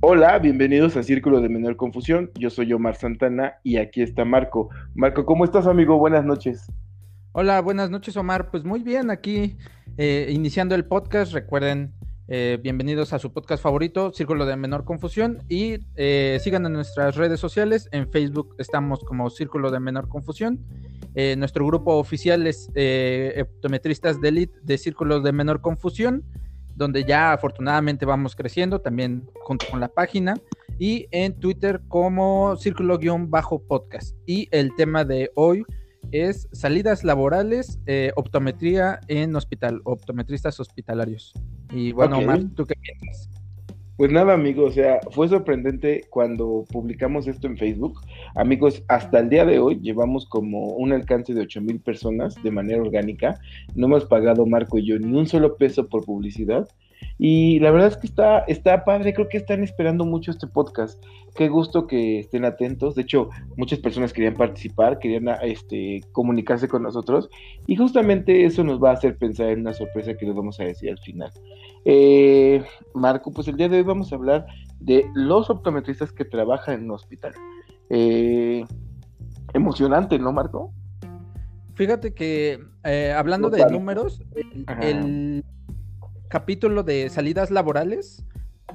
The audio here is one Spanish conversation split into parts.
Hola, bienvenidos a Círculo de Menor Confusión. Yo soy Omar Santana y aquí está Marco. Marco, ¿cómo estás, amigo? Buenas noches. Hola, buenas noches, Omar. Pues muy bien, aquí iniciando el podcast. Recuerden, bienvenidos a su podcast favorito, Círculo de Menor Confusión, y sigan en nuestras redes sociales. En Facebook estamos como Círculo de Menor Confusión. Nuestro grupo oficial es Optometristas de Elite de Círculo de Menor Confusión, donde ya afortunadamente vamos creciendo, también junto con la página. Y en Twitter como Círculo-podcast. Y el tema de hoy es salidas laborales, optometría en hospital, optometristas hospitalarios. Y Ok, bueno, Omar, ¿tú qué piensas? pues nada, amigo, o sea, fue sorprendente cuando publicamos esto en Facebook. Amigos, hasta el día de hoy llevamos como un alcance de 8,000 personas de manera orgánica. No hemos pagado, Marco y yo, ni un solo peso por publicidad. Y la verdad es que está padre, creo que están esperando mucho este podcast. Qué gusto que estén atentos. De hecho, muchas personas querían participar, querían comunicarse con nosotros. Y justamente eso nos va a hacer pensar en una sorpresa que les vamos a decir al final. Eh, Marco, pues el día de hoy vamos a hablar de los optometristas que trabajan en un hospital. Eh, Emocionante, ¿no, Marco? Fíjate que hablando No de tanto. números, Ajá. el capítulo de salidas laborales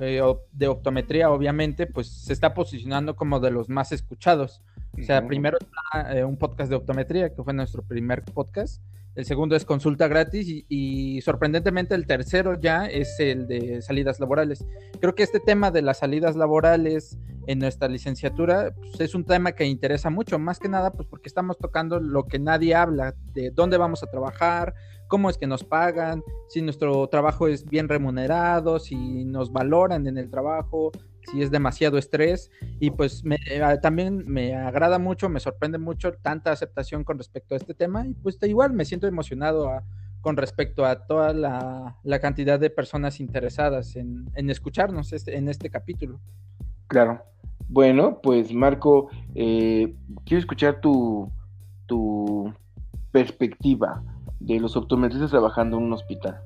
de optometría, obviamente, pues se está posicionando como de los más escuchados. O sea, Ujú. primero está un podcast de optometría, que fue nuestro primer podcast. El segundo es consulta gratis y sorprendentemente el tercero ya es el de salidas laborales. Creo que este tema de las salidas laborales en nuestra licenciatura pues, es un tema que interesa mucho, más que nada pues porque estamos tocando lo que nadie habla, de dónde vamos a trabajar, cómo es que nos pagan, si nuestro trabajo es bien remunerado, si nos valoran en el trabajo, si es demasiado estrés. Y pues también me agrada mucho, me sorprende mucho tanta aceptación con respecto a este tema. Y pues igual me siento emocionado con respecto a toda la cantidad de personas interesadas en escucharnos en este capítulo. Claro. Bueno, pues Marco, quiero escuchar tu perspectiva de los optometristas trabajando en un hospital.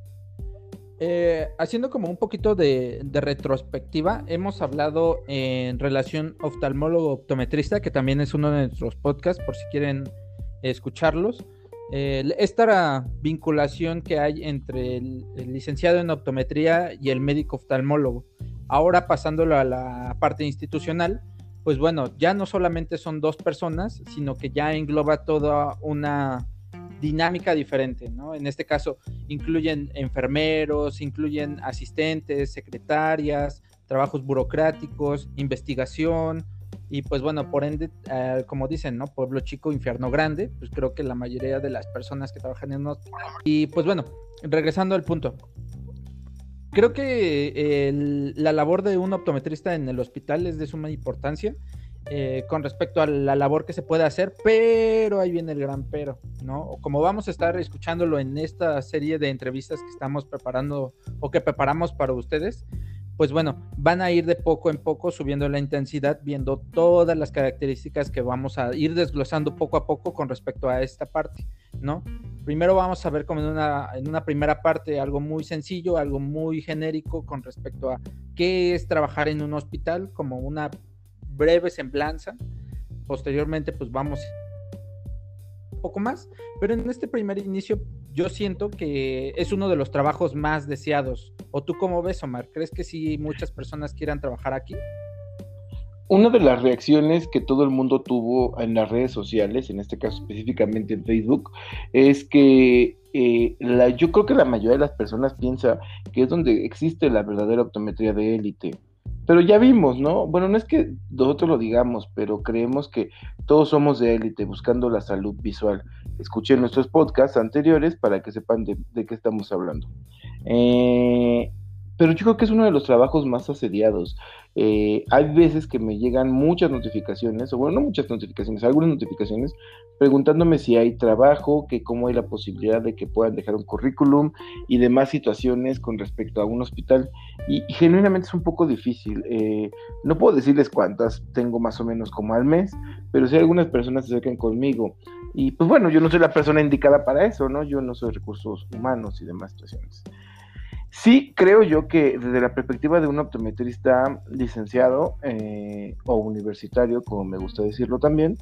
Haciendo como un poquito de retrospectiva, hemos hablado en relación oftalmólogo-optometrista, que también es uno de nuestros podcasts, por si quieren escucharlos. Esta vinculación que hay entre el licenciado en optometría y el médico oftalmólogo. Ahora pasándolo a la parte institucional, pues bueno, ya no solamente son dos personas, sino que ya engloba toda una dinámica diferente, ¿no? En este caso, incluyen enfermeros, incluyen asistentes, secretarias, trabajos burocráticos, investigación, y pues bueno, por ende, como dicen, ¿no? Pueblo chico, infierno grande, pues creo que la mayoría de las personas que trabajan en un hospital. Y pues bueno, regresando al punto, creo que la labor de un optometrista en el hospital es de suma importancia con respecto a la labor que se puede hacer, pero ahí viene el gran pero, ¿no? Como vamos a estar escuchándolo en esta serie de entrevistas que estamos preparando o que preparamos para ustedes, pues bueno, van a ir de poco en poco subiendo la intensidad, viendo todas las características que vamos a ir desglosando poco a poco con respecto a esta parte, ¿no? Primero vamos a ver como en una primera parte algo muy sencillo, algo muy genérico con respecto a qué es trabajar en un hospital, como una breve semblanza. Posteriormente, pues vamos un poco más, pero en este primer inicio yo siento que es uno de los trabajos más deseados. ¿O tú cómo ves, Omar? ¿Crees que sí muchas personas quieran trabajar aquí? Una de las reacciones que todo el mundo tuvo en las redes sociales, en este caso específicamente en Facebook, es que yo creo que la mayoría de las personas piensa que es donde existe la verdadera optometría de élite. Pero ya vimos, ¿no? Bueno, no es que nosotros lo digamos, pero creemos que todos somos de élite buscando la salud visual. Escuchen nuestros podcasts anteriores para que sepan de qué estamos hablando. Eh, pero yo creo que es uno de los trabajos más asediados. Hay veces que me llegan muchas notificaciones, o bueno, no muchas notificaciones, algunas notificaciones, preguntándome si hay trabajo, que cómo hay la posibilidad de que puedan dejar un currículum y demás situaciones con respecto a un hospital. Y genuinamente es un poco difícil. No puedo decirles cuántas tengo más o menos como al mes, pero si algunas personas se acercan conmigo. Y pues bueno, yo no soy la persona indicada para eso, ¿no? Yo no soy recursos humanos y demás situaciones. Sí, creo yo que desde la perspectiva de un optometrista licenciado o universitario, como me gusta decirlo también,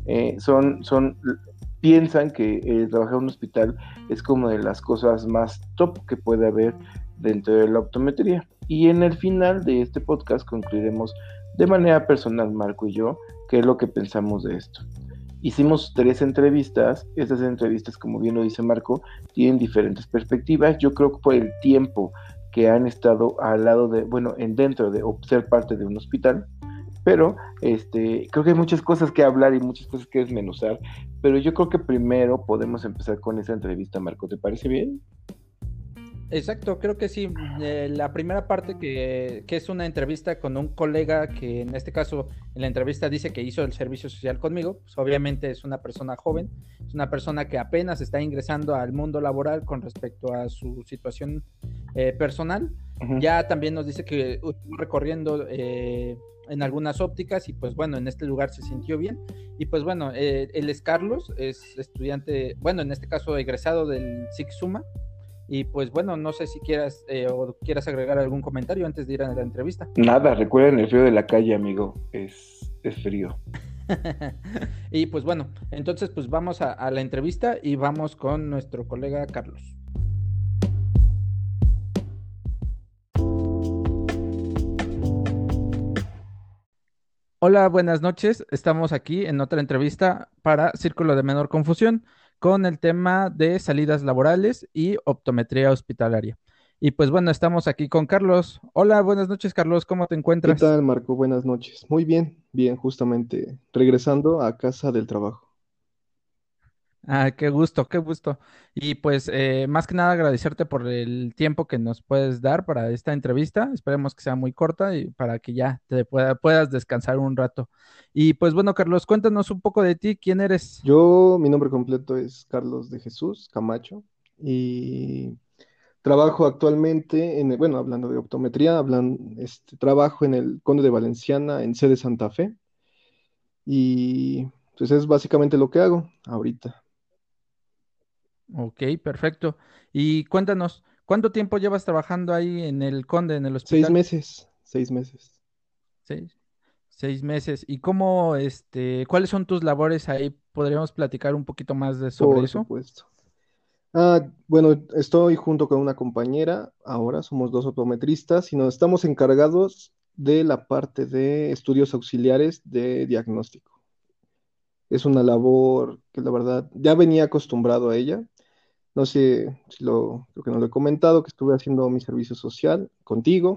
piensan que trabajar en un hospital es como de las cosas más top que puede haber dentro de la optometría. Y en el final de este podcast concluiremos de manera personal, Marco y yo, qué es lo que pensamos de esto. Hicimos 3 entrevistas, estas entrevistas, como bien lo dice Marco, tienen diferentes perspectivas. Yo creo que por el tiempo que han estado al lado de, bueno, en dentro de o ser parte de un hospital, pero creo que hay muchas cosas que hablar y muchas cosas que desmenuzar, pero yo creo que primero podemos empezar con esa entrevista, Marco, ¿te parece bien? Exacto, creo que sí. La primera parte que es una entrevista con un colega que en este caso en la entrevista dice que hizo el servicio social conmigo, pues obviamente es una persona joven, es una persona que apenas está ingresando al mundo laboral con respecto a su situación personal. Ujú. Ya también nos dice que estuvo recorriendo en algunas ópticas y pues bueno, en este lugar se sintió bien. Y pues bueno, él es Carlos, es estudiante, bueno, en este caso egresado del SIC Suma. Y pues bueno, no sé si quieras o quieras agregar algún comentario antes de ir a la entrevista. Nada, recuerden el frío de la calle, amigo, es frío. Y pues bueno, entonces pues vamos a la entrevista y vamos con nuestro colega Carlos. Hola, buenas noches. Estamos aquí en otra entrevista para Círculo de Menor Confusión con el tema de salidas laborales y optometría hospitalaria. Y pues bueno, estamos aquí con Carlos. Hola, buenas noches, Carlos. ¿Cómo te ¿Qué encuentras? tal, Marco? Buenas noches. Muy bien, bien, justamente regresando a casa del trabajo. Ah, qué gusto, qué gusto. Y pues más que nada agradecerte por el tiempo que nos puedes dar para esta entrevista. Esperemos que sea muy corta y para que ya puedas descansar un rato. Y pues bueno, Carlos, cuéntanos un poco de ti, ¿quién eres? Mi nombre completo es Carlos de Jesús Camacho y trabajo actualmente bueno, hablando de optometría, trabajo en el Conde de Valenciana en sede Santa Fe y pues es básicamente lo que hago ahorita. Ok, perfecto. Y cuéntanos, ¿cuánto tiempo llevas trabajando ahí en el Conde, en el Seis hospital? meses, 6 meses. 6 meses. ¿Y cómo, cuáles son tus labores ahí? ¿Podríamos platicar un poquito más sobre Por eso? supuesto. Bueno, estoy junto con una compañera, ahora somos dos optometristas y nos estamos encargados de la parte de estudios auxiliares de diagnóstico. Es una labor que la verdad ya venía acostumbrado a ella. No sé si creo que no lo he comentado, que estuve haciendo mi servicio social contigo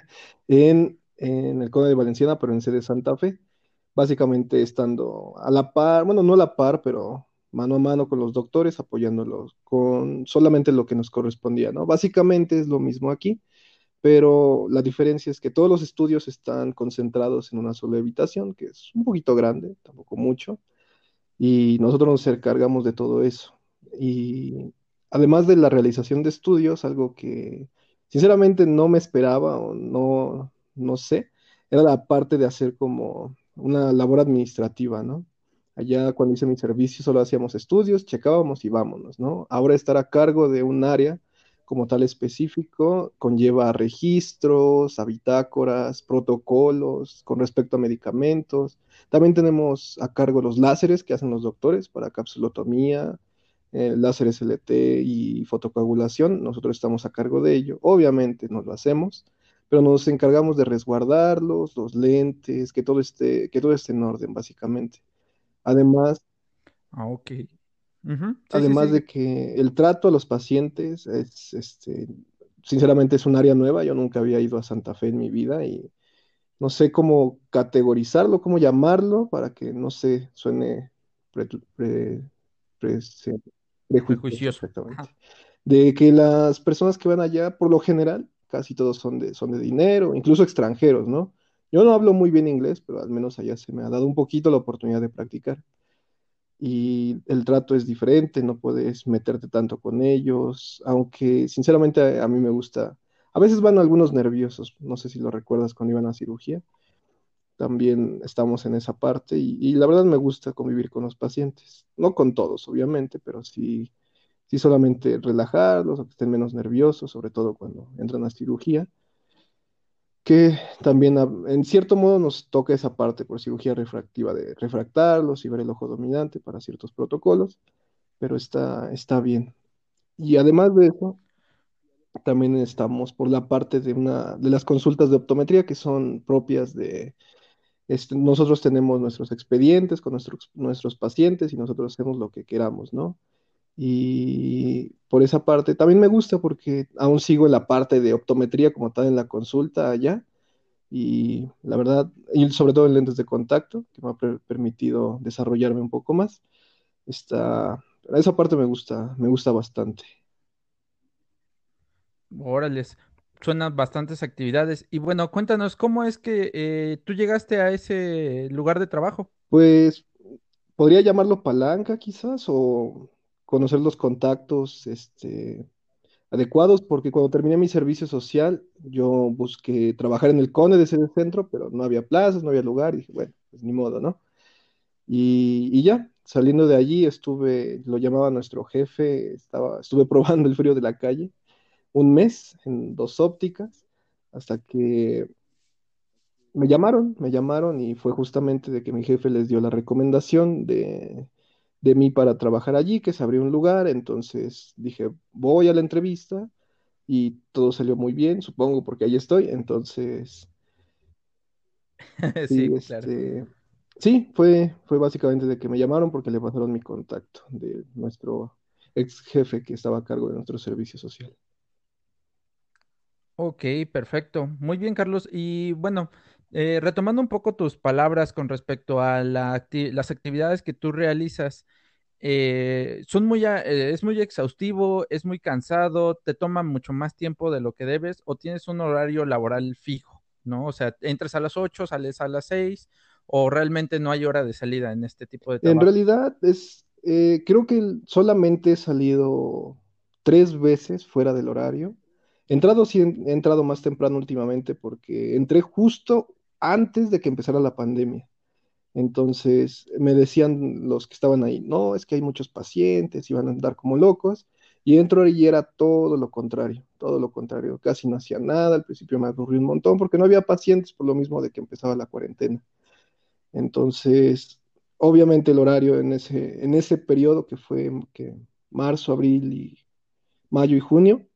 en el Conde de Valenciana, pero en sede Santa Fe, básicamente estando a la par, bueno, no a la par, pero mano a mano con los doctores, apoyándolos con solamente lo que nos correspondía, ¿no? Básicamente es lo mismo aquí, pero la diferencia es que todos los estudios están concentrados en una sola habitación, que es un poquito grande, tampoco mucho, y nosotros nos encargamos de todo eso. Y además de la realización de estudios, algo que sinceramente no me esperaba o no sé, era la parte de hacer como una labor administrativa, ¿no? Allá cuando hice mi servicio solo hacíamos estudios, checábamos y vámonos, ¿no? Ahora estar a cargo de un área como tal específico conlleva registros, bitácoras, protocolos con respecto a medicamentos. También tenemos a cargo los láseres que hacen los doctores para capsulotomía, láseres LT y fotocoagulación. Nosotros estamos a cargo de ello. Obviamente no lo hacemos, pero nos encargamos de resguardarlos, los lentes, que todo esté en orden, básicamente. Además, Ah, ok. Ujú. Sí, sí, además sí. de que el trato a los pacientes sinceramente es un área nueva. Yo nunca había ido a Santa Fe en mi vida y no sé cómo categorizarlo, cómo llamarlo para que no se suene pre- pre- se- prejuicioso Prejuicioso. exactamente. Ajá. De que las personas que van allá, por lo general, casi todos son de dinero, incluso extranjeros, ¿no? Yo no hablo muy bien inglés, pero al menos allá se me ha dado un poquito la oportunidad de practicar. Y el trato es diferente, no puedes meterte tanto con ellos, aunque sinceramente a mí me gusta. A veces van algunos nerviosos, no sé si lo recuerdas cuando iban a cirugía, también estamos en esa parte y la verdad me gusta convivir con los pacientes, no con todos obviamente, pero sí sí solamente relajarlos o que estén menos nerviosos, sobre todo cuando entran a cirugía, que también en cierto modo nos toca esa parte por cirugía refractiva de refractarlos y ver el ojo dominante para ciertos protocolos, pero está bien. Y además de eso, también estamos por la parte de las consultas de optometría que son propias nosotros tenemos nuestros expedientes con nuestros pacientes y nosotros hacemos lo que queramos, ¿no? Y por esa parte también me gusta porque aún sigo en la parte de optometría como tal en la consulta allá y la verdad, y sobre todo en lentes de contacto, que me ha permitido desarrollarme un poco más. Esa parte me gusta bastante. Órales, suenan bastantes actividades. Y bueno, cuéntanos, ¿cómo es que tú llegaste a ese lugar de trabajo? Pues podría llamarlo palanca quizás o conocer los contactos adecuados, porque cuando terminé mi servicio social, yo busqué trabajar en el CONE de ese centro, pero no había plazas, no había lugar, y dije, bueno, pues ni modo, ¿no? Y ya, saliendo de allí, lo llamaba nuestro jefe, estuve probando el frío de la calle un mes en dos ópticas, hasta que me llamaron y fue justamente de que mi jefe les dio la recomendación de mí para trabajar allí, que se abrió un lugar, entonces dije, voy a la entrevista y todo salió muy bien, supongo, porque ahí estoy, entonces, sí, Sí, claro. sí, fue básicamente de que me llamaron porque le pasaron mi contacto de nuestro ex jefe que estaba a cargo de nuestro servicio social. Ok, perfecto. Muy bien, Carlos. Y bueno, retomando un poco tus palabras con respecto a las actividades que tú realizas, es muy exhaustivo, es muy cansado, te toma mucho más tiempo de lo que debes o tienes un horario laboral fijo, ¿no? O sea, entras a las 8, sales a las 6 o realmente no hay hora de salida en este tipo de En trabajos. realidad creo que solamente he salido tres veces fuera del horario. Sí, he entrado más temprano últimamente porque entré justo antes de que empezara la pandemia. Entonces me decían los que estaban ahí, no, es que hay muchos pacientes y van a andar como locos. Y entro y era todo lo contrario. Casi no hacía nada, al principio me aburrí un montón porque no había pacientes por lo mismo de que empezaba la cuarentena. Entonces, obviamente el horario en ese periodo que fue marzo, abril y mayo y junio,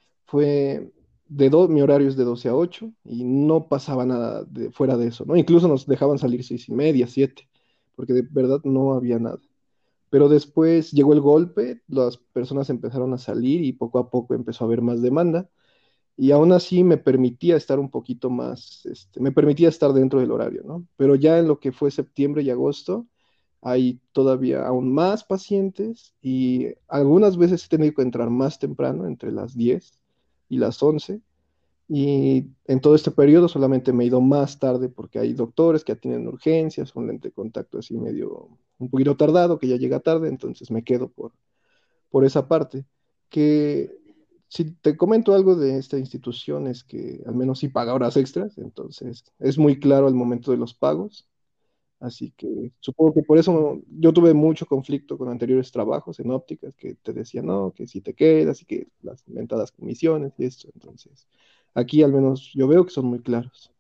mi horario es de 12 a 8 y no pasaba nada fuera de eso, ¿no? Incluso nos dejaban salir 6:30, 7, porque de verdad no había nada. Pero después llegó el golpe, las personas empezaron a salir y poco a poco empezó a haber más demanda y aún así me permitía estar un poquito más, me permitía estar dentro del horario, ¿no? Pero ya en lo que fue septiembre y agosto, hay todavía aún más pacientes y algunas veces he tenido que entrar más temprano, entre las 10 y las 11, y en todo este periodo solamente me he ido más tarde porque hay doctores que atienden urgencias, un lente de contacto así medio, un poquito tardado, que ya llega tarde, entonces me quedo por esa parte. Que si te comento algo de esta institución es que al menos sí paga horas extras, entonces es muy claro al momento de los pagos. Así que supongo que por eso yo tuve mucho conflicto con anteriores trabajos en ópticas que te decían, no, que si te quedas y que las inventadas comisiones y esto. Entonces, aquí al menos yo veo que son muy claros.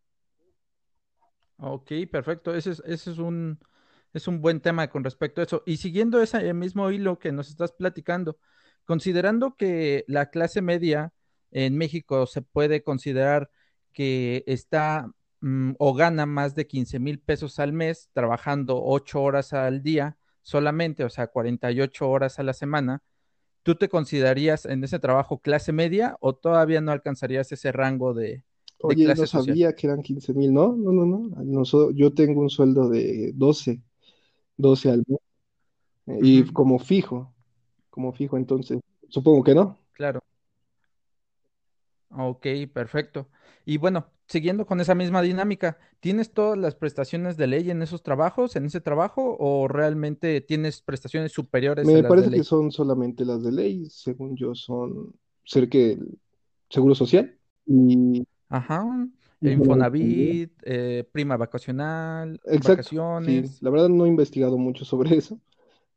Ok, perfecto. Es un buen tema con respecto a eso. Y siguiendo ese mismo hilo que nos estás platicando, considerando que la clase media en México se puede considerar que está o gana más de 15,000 pesos al mes, trabajando 8 horas al día solamente, o sea, 48 horas a la semana, ¿tú te considerarías en ese trabajo clase media o todavía no alcanzarías ese rango de Oye, no clase social? sabía que eran 15,000, no, no, no, no. Yo tengo un sueldo de 12 al mes y Ujú, como fijo, entonces supongo que no. claro. Ok, perfecto. Y bueno, siguiendo con esa misma dinámica, ¿tienes todas las prestaciones de ley en esos trabajos, en ese trabajo, o realmente tienes prestaciones superiores a Me las de parece que ley? son solamente las de ley, según yo son cerca del Seguro Social y, Ajá. y solamente también. Infonavit, prima vacacional, Exacto, sí, vacaciones. la verdad no he investigado mucho sobre eso,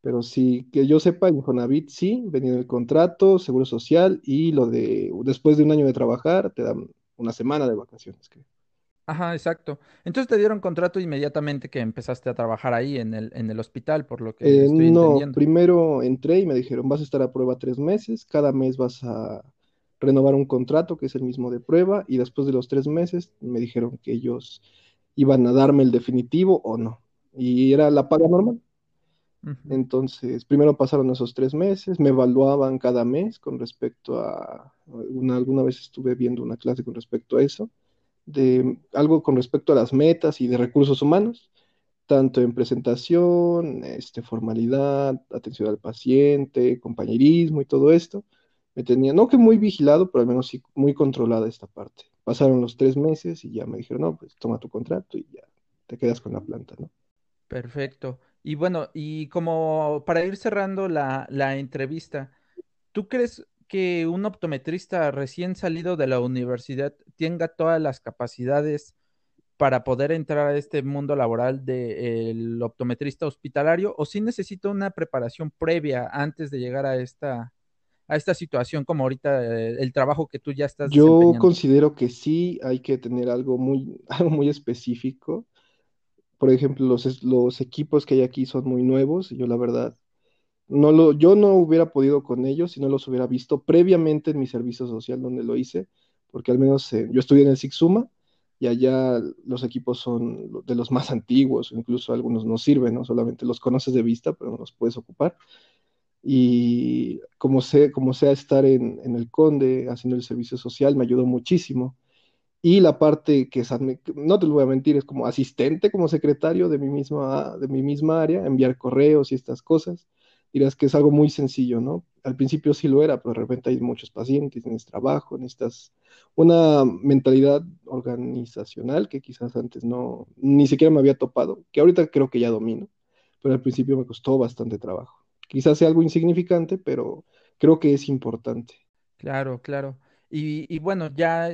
Pero sí, que yo sepa, Infonavit sí, venía en el contrato, seguro social y lo de después de un año de trabajar te dan una semana de vacaciones, creo. Ajá, exacto. Entonces te dieron contrato inmediatamente que empezaste a trabajar ahí en el hospital, por lo que estoy No, entendiendo. primero entré y me dijeron, vas a estar a prueba 3 meses, cada mes vas a renovar un contrato que es el mismo de prueba y después de los 3 meses me dijeron que ellos iban a darme el definitivo o no. Y era la paga normal. Ujú. Entonces, primero pasaron esos 3 meses, me evaluaban cada mes con respecto a, alguna vez estuve viendo una clase con respecto a eso, de algo con respecto a las metas y de recursos humanos, tanto en presentación, formalidad, atención al paciente, compañerismo y todo esto. Me tenía, no que muy vigilado, pero al menos sí muy controlada esta parte. Pasaron los 3 meses y ya me dijeron, no, pues toma tu contrato y ya te quedas con la planta, ¿no? Perfecto. Y bueno, y como para ir cerrando la entrevista, ¿tú crees que un optometrista recién salido de la universidad tenga todas las capacidades para poder entrar a este mundo laboral del optometrista hospitalario o si necesita una preparación previa antes de llegar a esta situación como ahorita el trabajo que tú ya estás Yo desempeñando? considero que sí hay que tener algo muy, algo muy específico. Por ejemplo, los equipos que hay aquí son muy nuevos y yo la verdad yo no hubiera podido con ellos si no los hubiera visto previamente en mi servicio social donde lo hice, porque al menos yo estudié en el Sixuma y allá los equipos son de los más antiguos, incluso algunos no sirven, ¿no? Solamente los conoces de vista, pero no los puedes ocupar. Y como sea estar en el Conde haciendo el servicio social, me ayudó muchísimo. Y la parte que no te lo voy a mentir, es como asistente, como secretario de mi misma área, enviar correos y estas cosas. Dirás que es algo muy sencillo, ¿no? Al principio sí lo era, pero de repente hay muchos pacientes, tienes trabajo, necesitas una mentalidad organizacional que quizás antes no, ni siquiera me había topado, que ahorita creo que ya domino, pero al principio me costó bastante trabajo. Quizás sea algo insignificante, pero creo que es importante. Claro, claro. Y bueno, ya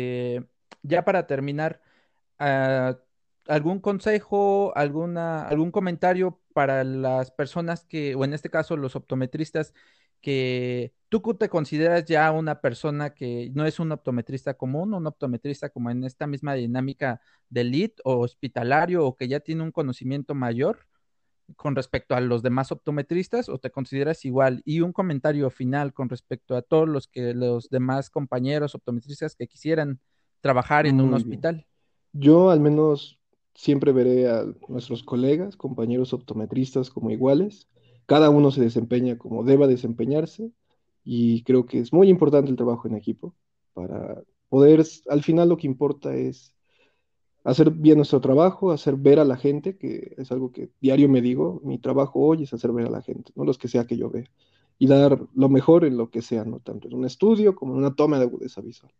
ya para terminar, ah, ¿algún consejo, algún comentario para las personas que, o en este caso los optometristas, que tú te consideras ya una persona que no es un optometrista común, un optometrista como en esta misma dinámica de lead o hospitalario o que ya tiene un conocimiento mayor con respecto a los demás optometristas o te consideras igual? Y un comentario final con respecto a todos los demás compañeros optometristas que quisieran trabajar en un Muy bien. hospital. Yo al menos siempre veré a nuestros colegas, compañeros optometristas como iguales. Cada uno se desempeña como deba desempeñarse y creo que es muy importante el trabajo en equipo para poder, al final lo que importa es hacer bien nuestro trabajo, hacer ver a la gente, que es algo que diario me digo, mi trabajo hoy es hacer ver a la gente, no los que sea que yo vea, y dar lo mejor en lo que sea, no tanto en un estudio como en una toma de agudeza visual.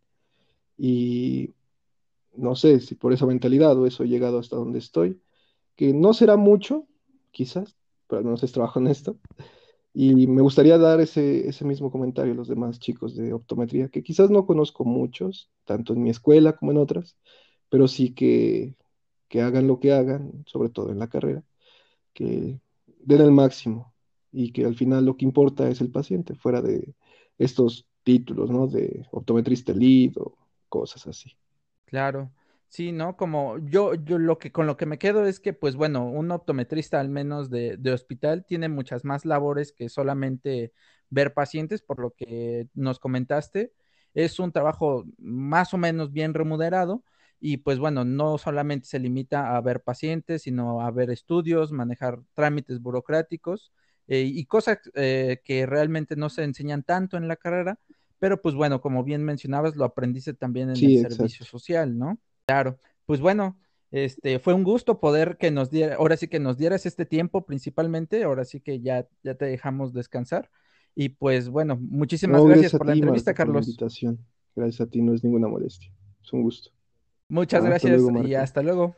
Y no sé si por esa mentalidad o eso he llegado hasta donde estoy, que no será mucho, quizás, pero al menos es trabajo en esto. Y me gustaría dar ese mismo comentario a los demás chicos de optometría, que quizás no conozco muchos, tanto en mi escuela como en otras, pero sí que hagan lo que hagan, sobre todo en la carrera, que den el máximo y que al final lo que importa es el paciente, fuera de estos títulos, ¿no? De optometrista lead o cosas así. Claro, sí, ¿no? Como yo lo que con lo que me quedo es que, pues bueno, un optometrista al menos de hospital tiene muchas más labores que solamente ver pacientes, por lo que nos comentaste. Es un trabajo más o menos bien remunerado y pues bueno, no solamente se limita a ver pacientes, sino a ver estudios, manejar trámites burocráticos y cosas que realmente no se enseñan tanto en la carrera, pero pues bueno, como bien mencionabas, lo aprendiste también en el Sí, servicio exacto. social, ¿no? Claro. Pues bueno, fue un gusto poder que nos diera, ahora sí que nos dieras este tiempo principalmente, ahora sí que ya te dejamos descansar. Y pues bueno, muchísimas No, gracias gracias a por la ti, entrevista, Marco, por la Carlos. invitación. Gracias a ti, no es ninguna molestia. Es un gusto. Muchas Hasta luego, gracias y Marco. hasta luego.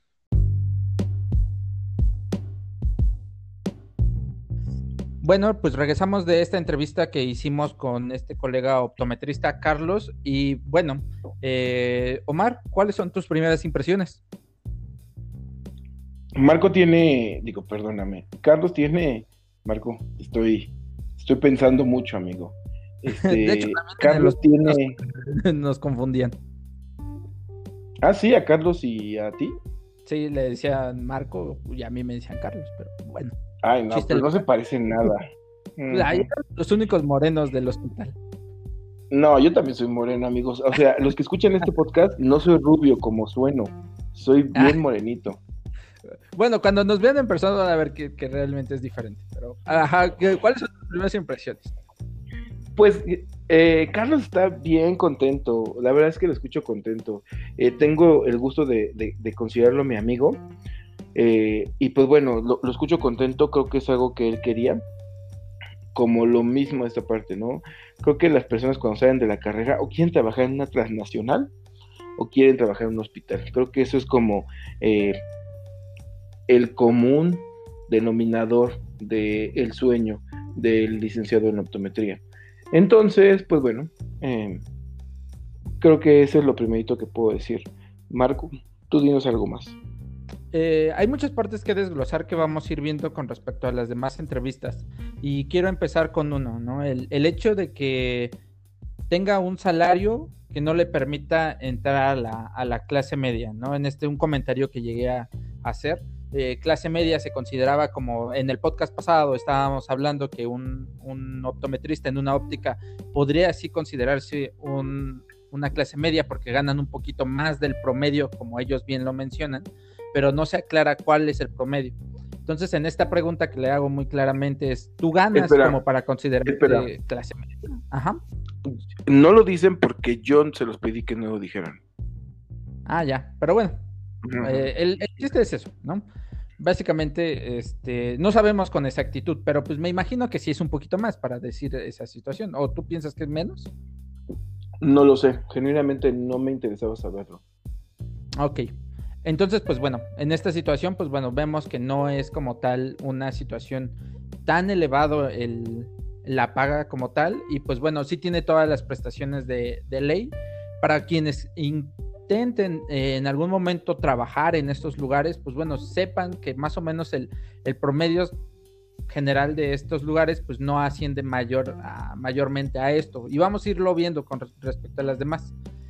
Bueno, pues regresamos de esta entrevista que hicimos con este colega optometrista Carlos y bueno, Omar, ¿cuáles son tus primeras impresiones? Perdóname, Carlos tiene Marco, estoy pensando mucho, amigo. De hecho, también en Carlos tiene... nos confundían. Ah, sí, a Carlos y a ti. Sí, le decían Marco y a mí me decían Carlos, pero bueno. Ay, no, Chiste pero no se local. parecen nada. Ahí Ujú. eran los únicos morenos del hospital. No, yo también soy moreno, amigos. O sea, los que escuchan este podcast, no soy rubio como sueno. Soy Ah, bien morenito. bueno, cuando nos vean en persona van a ver que realmente es diferente. Pero, ajá, ¿cuáles son tus primeras impresiones? Pues Carlos está bien contento. La verdad es que lo escucho contento. Tengo el gusto de considerarlo mi amigo. Y pues bueno, lo escucho contento. Creo que es algo que él quería. Como lo mismo esta parte, ¿no? Creo que las personas cuando salen de la carrera o quieren trabajar en una transnacional o quieren trabajar en un hospital. Creo que eso es como el común denominador del sueño del licenciado en optometría. Entonces, pues bueno, creo que eso es lo primerito que puedo decir. Marco, tú dinos algo más. Hay muchas partes que desglosar que vamos a ir viendo con respecto a las demás entrevistas. Y quiero empezar con uno, ¿no? El hecho de que tenga un salario que no le permita entrar a la clase media, ¿no? En un comentario que llegué a hacer, clase media se consideraba como, en el podcast pasado estábamos hablando que un optometrista en una óptica podría así considerarse una clase media porque ganan un poquito más del promedio, como ellos bien lo mencionan, pero no se aclara cuál es el promedio. Entonces, en esta pregunta que le hago muy claramente es, ¿tú ganas como para considerarte clase media? Ajá. No lo dicen porque yo se los pedí que no lo dijeran. Ah, ya, pero bueno, Uh-huh. el chiste es eso, ¿no? Básicamente, no sabemos con exactitud, pero pues me imagino que sí es un poquito más para decir esa situación. ¿O tú piensas que es menos? No lo sé, genuinamente no me interesaba saberlo. Ok. Entonces, pues bueno, en esta situación, pues bueno, vemos que no es como tal una situación tan elevado la paga como tal, y pues bueno, sí tiene todas las prestaciones de ley para quienes intenten en algún momento trabajar en estos lugares, pues bueno, sepan que más o menos el promedio general de estos lugares pues no asciende mayormente a esto, y vamos a irlo viendo con respecto a las demás.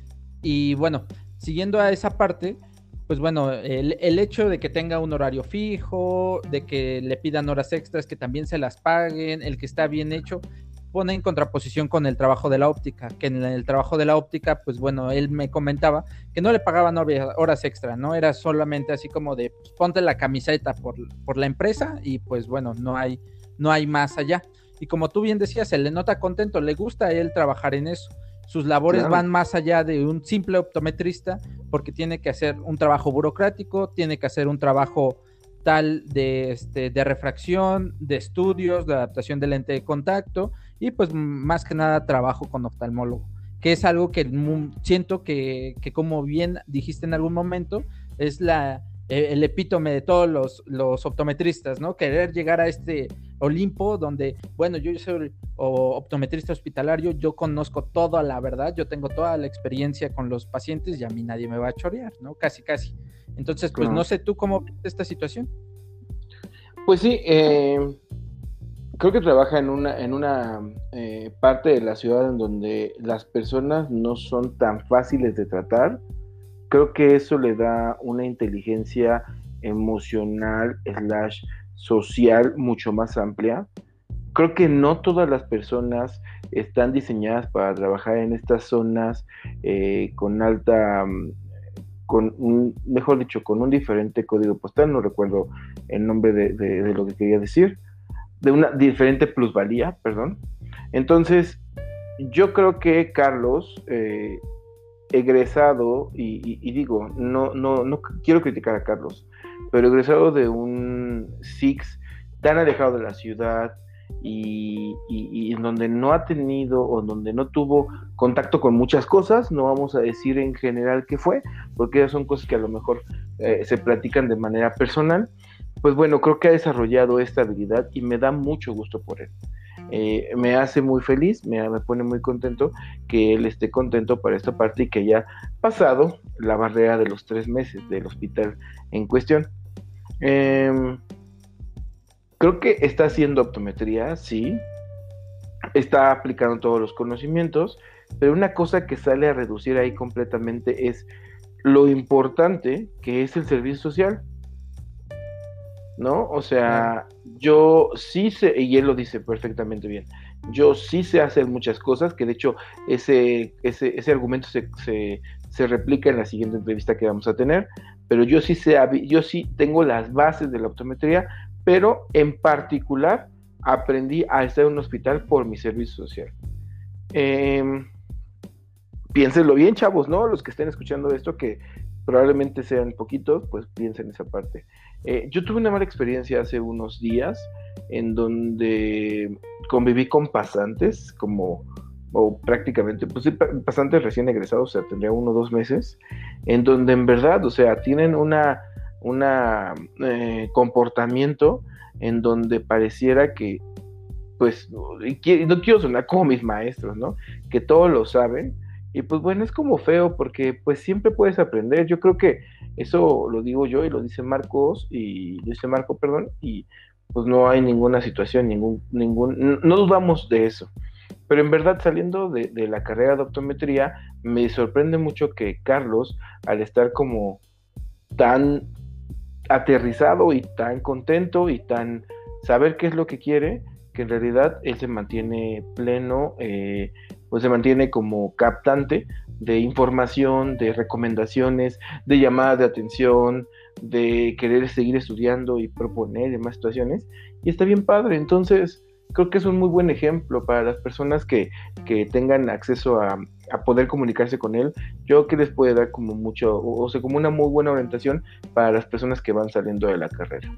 Y bueno, siguiendo a esa parte, pues bueno, el hecho de que tenga un horario fijo, de que le pidan horas extras, que también se las paguen, el que está bien hecho, pone en contraposición con el trabajo de la óptica, que en el trabajo de la óptica, pues bueno, él me comentaba que no le pagaban horas extra, ¿no? Era solamente así como de, pues, ponte la camiseta por la empresa y pues bueno, no hay más allá. Y como tú bien decías, se le nota contento, le gusta a él trabajar en eso. Sus labores Claro. van más allá de un simple optometrista porque tiene que hacer un trabajo burocrático, tiene que hacer un trabajo tal de refracción, de estudios, de adaptación de lente de contacto y pues más que nada trabajo con oftalmólogo, que es algo que siento que como bien dijiste en algún momento, es el epítome de todos los optometristas, ¿no? Querer llegar a este Olimpo donde, bueno, yo soy optometrista hospitalario, yo conozco toda la verdad, yo tengo toda la experiencia con los pacientes y a mí nadie me va a chorear, ¿no? Casi, casi. Entonces, pues no sé tú cómo ves esta situación. Pues sí, creo que trabaja en una parte de la ciudad en donde las personas no son tan fáciles de tratar. Creo que eso le da una inteligencia emocional / social mucho más amplia. Creo que no todas las personas están diseñadas para trabajar en estas zonas con alta, mejor dicho, con un diferente código postal, no recuerdo el nombre de lo que quería decir, de una diferente plusvalía, perdón. Entonces, yo creo que Carlos, egresado, y digo, no quiero criticar a Carlos, pero egresado de un SIX tan alejado de la ciudad y en donde no ha tenido o donde no tuvo contacto con muchas cosas, no vamos a decir en general qué fue, porque esas son cosas que a lo mejor se platican de manera personal. Pues bueno, creo que ha desarrollado esta habilidad y me da mucho gusto por él. Me hace muy feliz, me pone muy contento que él esté contento para esta parte y que haya pasado la barrera de los 3 meses del hospital en cuestión. Creo que está haciendo optometría, sí, está aplicando todos los conocimientos, pero una cosa que sale a reducir ahí completamente es lo importante que es el servicio social, ¿no? O Claro. sea, yo sí sé, y él lo dice perfectamente bien, yo sí sé hacer muchas cosas, que de hecho ese argumento se replica en la siguiente entrevista que vamos a tener, pero yo sí sé, yo sí tengo las bases de la optometría, pero en particular aprendí a estar en un hospital por mi servicio social. Eh, Piénsenlo bien, chavos, ¿no? Los que estén escuchando esto, que probablemente sean poquitos, pues piensen esa parte. Yo tuve una mala experiencia hace unos días en donde conviví con pasantes, como, o prácticamente, pues sí, pasantes recién egresados, o sea, tendría 1 o 2 meses, en donde en verdad, o sea, tienen una comportamiento en donde pareciera que, pues, y no quiero sonar como mis maestros, ¿no? Que todo lo saben, y pues bueno, es como feo porque pues siempre puedes aprender. Yo creo que eso lo digo yo y lo dice Marcos y lo dice Marco, perdón, y pues no hay ninguna situación, no dudamos de eso. Pero en verdad, saliendo de la carrera de optometría, me sorprende mucho que Carlos, al estar como tan aterrizado y tan contento y tan saber qué es lo que quiere, que en realidad él se mantiene pleno, pues se mantiene como captante de información, de recomendaciones, de llamadas de atención, de querer seguir estudiando y proponer demás situaciones, y está bien padre. Entonces creo que es un muy buen ejemplo para las personas que tengan acceso a poder comunicarse con él. Yo que les puede dar como mucho, o sea, como una muy buena orientación para las personas que van saliendo de la carrera.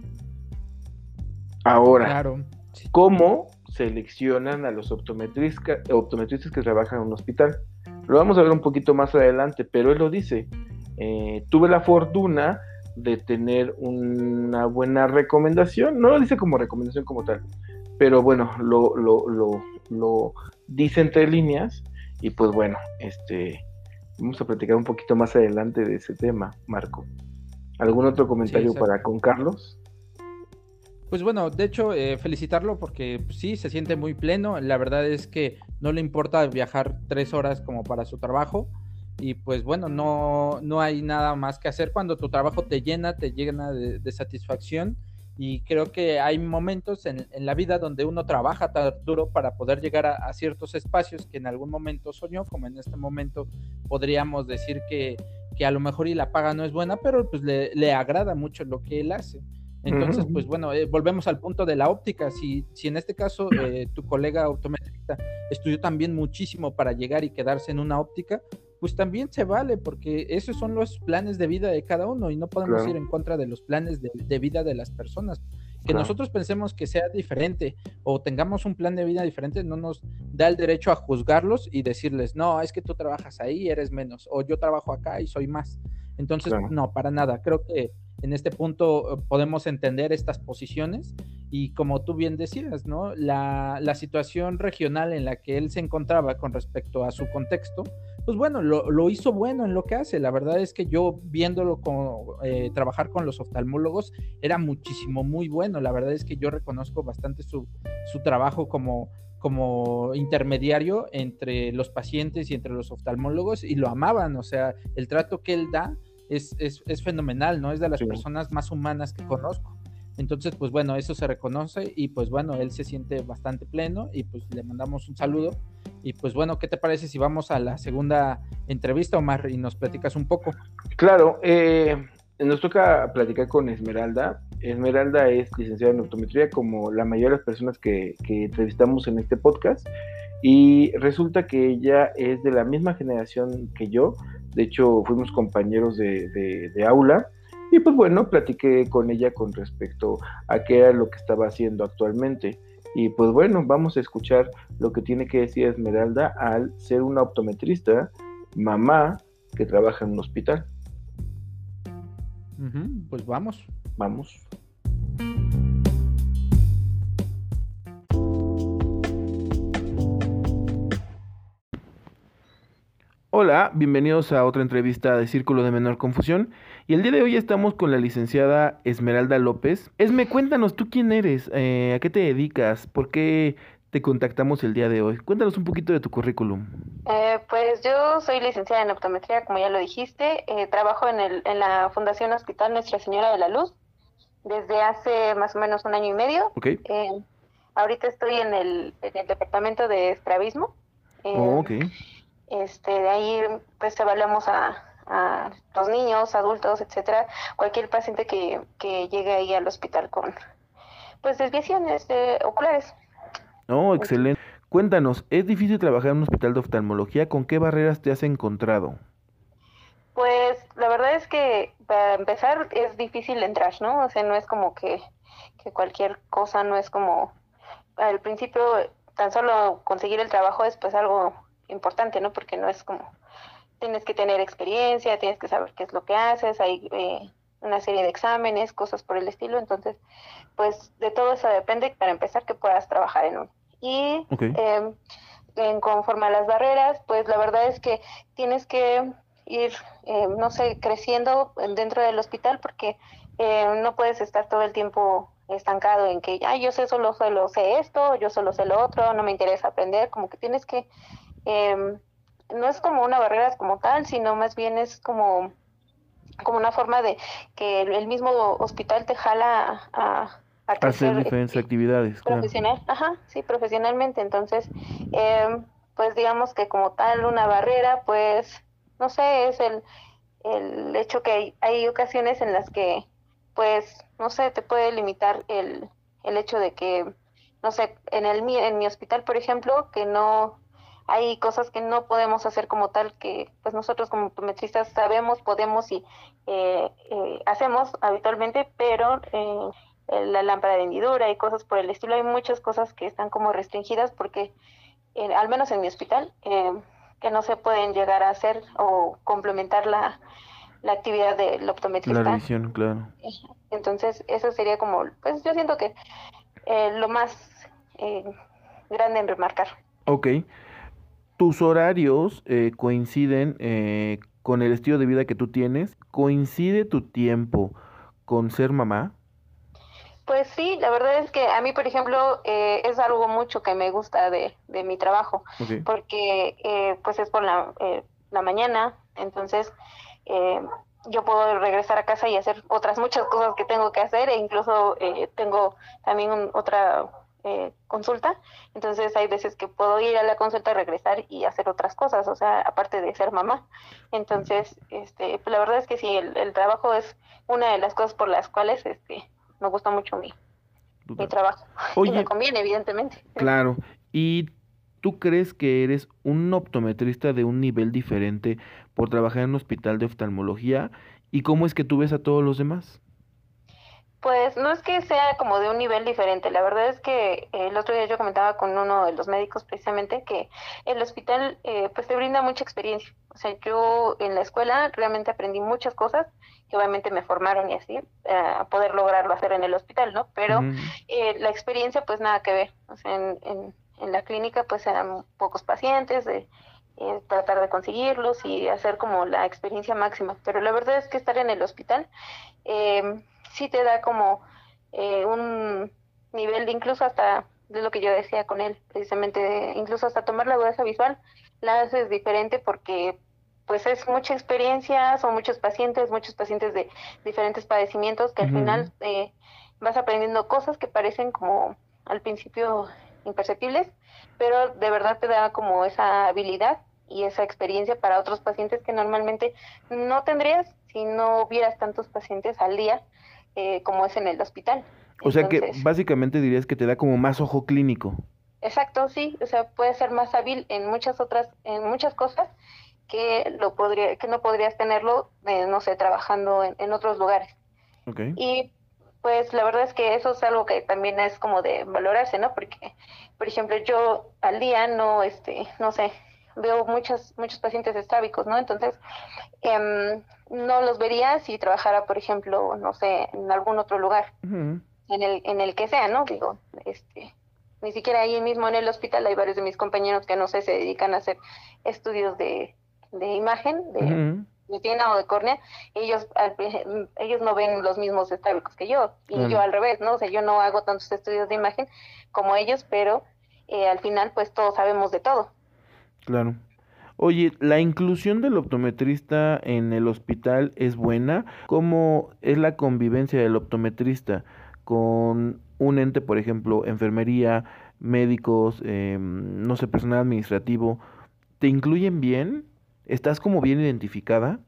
Ahora, Claro. Sí. ¿cómo seleccionan a los optometristas que trabajan en un hospital? Lo vamos a ver un poquito más adelante, pero él lo dice. Tuve la fortuna de tener una buena recomendación, no lo dice como recomendación como tal, pero bueno, lo dice entre líneas, y pues bueno, vamos a platicar un poquito más adelante de ese tema, Marco. ¿Algún otro Sí, comentario exacto. para con Carlos? Pues bueno, de hecho, felicitarlo porque pues, sí, se siente muy pleno. La verdad es que no le importa viajar 3 horas como para su trabajo. Y pues bueno, no hay nada más que hacer cuando tu trabajo te llena de satisfacción. Y creo que hay momentos en la vida donde uno trabaja tan duro para poder llegar a ciertos espacios que en algún momento soñó, como en este momento podríamos decir que a lo mejor y la paga no es buena, pero pues le agrada mucho lo que él hace. Entonces, pues Uh-huh. bueno, volvemos al punto de la óptica. Si en este caso tu colega optometrista estudió también muchísimo para llegar y quedarse en una óptica, pues también se vale, porque esos son los planes de vida de cada uno y no podemos ir Claro, en contra de los planes de vida de las personas. Que claro, nosotros pensemos que sea diferente o tengamos un plan de vida diferente no nos da el derecho a juzgarlos y decirles, no, es que tú trabajas ahí, eres menos, o yo trabajo acá y soy más. Entonces, claro. no, para nada. Creo que en este punto podemos entender estas posiciones y como tú bien decías, ¿no? La situación regional en la que él se encontraba con respecto a su contexto, pues bueno, lo hizo bueno en lo que hace. La verdad es que yo viéndolo trabajar con los oftalmólogos era muchísimo muy bueno. La verdad es que yo reconozco bastante su trabajo como intermediario entre los pacientes y entre los oftalmólogos y lo amaban, o sea, el trato que él da es fenomenal, ¿no? Es de las Sí. personas más humanas que conozco. Entonces, pues bueno, eso se reconoce y pues bueno, él se siente bastante pleno y pues le mandamos un saludo. Y pues bueno, ¿qué te parece si vamos a la segunda entrevista, Omar, y nos platicas un poco? Claro, nos toca platicar con Esmeralda. Esmeralda es licenciada en optometría, como la mayoría de las personas que entrevistamos en este podcast, y resulta que ella es de la misma generación que yo. De hecho, fuimos compañeros de aula, y pues bueno, platiqué con ella con respecto a qué era lo que estaba haciendo actualmente. Y pues bueno, vamos a escuchar lo que tiene que decir Esmeralda al ser una optometrista, mamá, que trabaja en un hospital. Pues vamos. Vamos. Hola, bienvenidos a otra entrevista de Círculo de Menor Confusión. Y el día de hoy estamos con la licenciada Esmeralda López. Esme, cuéntanos, ¿tú quién eres? ¿A qué te dedicas? ¿Por qué te contactamos el día de hoy? Cuéntanos un poquito de tu currículum. Pues yo soy licenciada en optometría, como ya lo dijiste. Trabajo en la Fundación Hospital Nuestra Señora de la Luz desde hace más o menos un año y medio. Ok. Ahorita estoy en el departamento de estrabismo. Ok. De ahí pues evaluamos a los niños, adultos, etcétera, cualquier paciente que llegue ahí al hospital con pues desviaciones oculares. Oh, excelente. Cuéntanos, ¿es difícil trabajar en un hospital de oftalmología? ¿Con qué barreras te has encontrado? Pues la verdad es que para empezar es difícil entrar, ¿no? O sea, no es como que cualquier cosa, no es como al principio tan solo conseguir el trabajo es pues algo importante, ¿no? Porque no es como tienes que tener experiencia, tienes que saber qué es lo que haces, hay una serie de exámenes, cosas por el estilo, entonces pues de todo eso depende para empezar que puedas trabajar en uno. Y Ok. conforme a las barreras, pues la verdad es que tienes que ir, no sé, creciendo dentro del hospital porque no puedes estar todo el tiempo estancado en que yo solo sé esto, yo solo sé lo otro, no me interesa aprender, como que tienes que, no es como una barrera como tal, sino más bien es como una forma de que el mismo hospital te jala a Hacer crecer diferentes actividades, claro. profesional, ajá, sí, profesionalmente. Entonces, pues digamos que como tal una barrera, pues, no sé, es el hecho que hay ocasiones en las que, pues, no sé, te puede limitar el hecho de que, no sé, en mi hospital, por ejemplo, que no, hay cosas que no podemos hacer como tal, que pues nosotros como optometristas sabemos, podemos y hacemos habitualmente, pero la lámpara de hendidura y cosas por el estilo, hay muchas cosas que están como restringidas porque, al menos en mi hospital, que no se pueden llegar a hacer o complementar la actividad del La optometrista. revisión, claro. Entonces, eso sería como, pues yo siento que lo más eh, grande en remarcar. Ok. ¿Tus horarios coinciden con el estilo de vida que tú tienes? ¿Coincide tu tiempo con ser mamá? Pues sí, la verdad es que a mí, por ejemplo, es algo mucho que me gusta de mi trabajo, Ok. porque pues es por la mañana, entonces eh, yo puedo regresar a casa y hacer otras muchas cosas que tengo que hacer, e incluso tengo también otra consulta, entonces hay veces que puedo ir a la consulta, regresar y hacer otras cosas, o sea, aparte de ser mamá. Entonces, pues la verdad es que sí, el trabajo es una de las cosas por las cuales me gusta mucho mi trabajo y me Oye, conviene, evidentemente. claro. ¿Y tú crees que eres un optometrista de un nivel diferente por trabajar en un hospital de oftalmología? ¿Y cómo es que tú ves a todos los demás? Pues no es que sea como de un nivel diferente, la verdad es que el otro día yo comentaba con uno de los médicos precisamente que el hospital pues te brinda mucha experiencia. O sea, yo en la escuela realmente aprendí muchas cosas que obviamente me formaron y así, a poder lograrlo hacer en el hospital, ¿no? Pero Ujú. la experiencia pues nada que ver. O sea, en la clínica pues eran pocos pacientes, tratar de conseguirlos y hacer como la experiencia máxima. Pero la verdad es que estar en el hospital sí te da como un nivel de incluso hasta, de lo que yo decía con él, precisamente, incluso hasta tomar la agudeza visual, la haces diferente porque pues es mucha experiencia, son muchos pacientes de diferentes padecimientos que al Ujú. final vas aprendiendo cosas que parecen como al principio imperceptibles, pero de verdad te da como esa habilidad y esa experiencia para otros pacientes que normalmente no tendrías si no vieras tantos pacientes al día como es en el hospital. O sea que Entonces, básicamente dirías que te da como más ojo clínico. exacto, sí, o sea, puedes ser más hábil en muchas cosas que no podrías tenerlo, no sé, trabajando en otros lugares. Ok. Y pues la verdad es que eso es algo que también es como de valorarse, ¿no? Porque, por ejemplo, yo al día no, no sé, veo muchos pacientes estrábicos, ¿no? Entonces, no los vería si trabajara, por ejemplo, no sé, en algún otro lugar, Ujú. en el que sea, ¿no? Digo, ni siquiera ahí mismo en el hospital hay varios de mis compañeros que no sé, se dedican a hacer estudios imagen, de Ujú. retina o de córnea, ellos no ven los mismos estrábicos que yo, y Claro. yo al revés, ¿no? O sea, yo no hago tantos estudios de imagen como ellos, pero al final pues todos sabemos de todo. Claro. Oye, ¿la inclusión del optometrista en el hospital es buena? ¿Cómo es la convivencia del optometrista con un ente, por ejemplo, enfermería, médicos, no sé, personal administrativo? ¿Te incluyen bien? ¿Estás como bien identificada?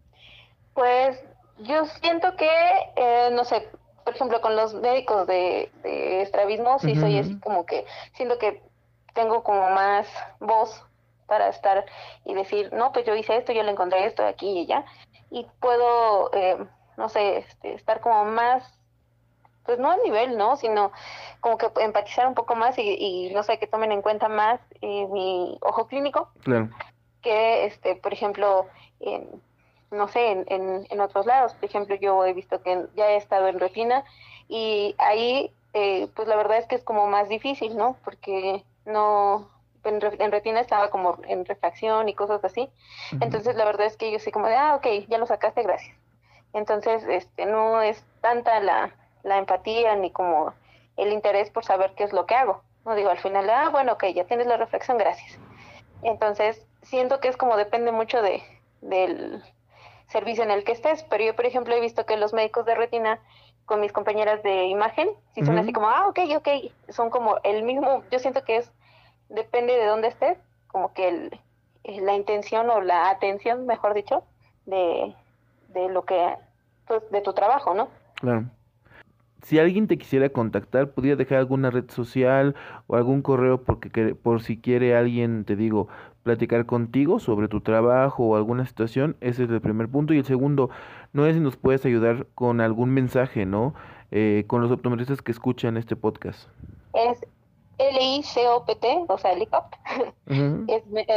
Pues yo siento que, no sé, por ejemplo, con los médicos de estrabismo, sí Ujú, soy ujú. así como que siento que tengo como más voz para estar y decir, no, pues yo hice esto, yo le encontré esto aquí y allá, y puedo, no sé, estar como más, pues no a nivel, ¿no? Sino como que empatizar un poco más y no sé, que tomen en cuenta más mi ojo clínico Claro. que, por ejemplo, en, no sé, en otros lados. Por ejemplo, yo he visto que ya he estado en retina y ahí, pues la verdad es que es como más difícil, ¿no? Porque no, en retina estaba como en refracción y cosas así. Ujú. Entonces, la verdad es que yo sí como de, ok, ya lo sacaste, gracias. Entonces, no es tanta la empatía ni como el interés por saber qué es lo que hago. No digo al final, bueno, ok, ya tienes la refracción, gracias. Entonces, siento que es como depende mucho del servicio en el que estés, pero yo, por ejemplo, he visto que los médicos de retina con mis compañeras de imagen, sí son así Ujú. como, ok, ok, son como el mismo, yo siento que depende de dónde estés, como que la intención o la atención, mejor dicho, de, de lo que, pues, de tu trabajo, ¿no? Claro. Si alguien te quisiera contactar, podría dejar alguna red social o algún correo por si quiere alguien, te digo, platicar contigo sobre tu trabajo o alguna situación. Ese es el primer punto. Y el segundo, no es si nos puedes ayudar con algún mensaje, ¿no? Con los optometristas que escuchan este podcast. Es LICOPT, o sea, LICOP, Ujú.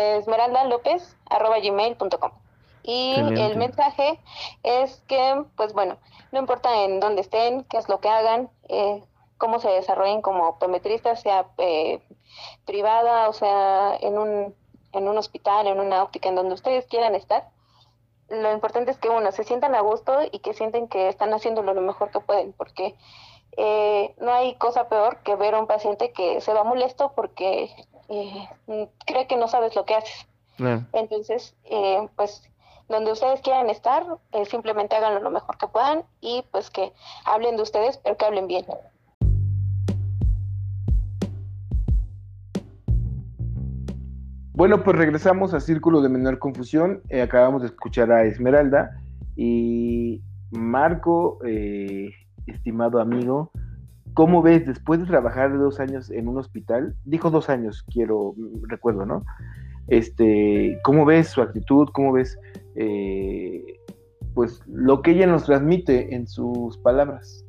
esmeraldalopez@gmail.com. Y el Excelente. mensaje es que, pues bueno, no importa en dónde estén, qué es lo que hagan, cómo se desarrollen como optometristas, sea privada, o sea, en un hospital, en una óptica, en donde ustedes quieran estar. Lo importante es que, uno, se sientan a gusto y que sienten que están haciéndolo lo mejor que pueden, porque no hay cosa peor que ver a un paciente que se va molesto porque cree que no sabes lo que haces. Claro. Entonces, pues donde ustedes quieran estar, simplemente háganlo lo mejor que puedan y pues que hablen de ustedes, pero que hablen bien. Bueno, pues regresamos a Círculo de Menor Confusión. Acabamos de escuchar a Esmeralda y Marco, estimado amigo, ¿cómo ves después de trabajar 2 años en un hospital? Dijo 2 años, recuerdo, ¿no? ¿Cómo ves su actitud? ¿Cómo ves, pues, lo que ella nos transmite en sus palabras?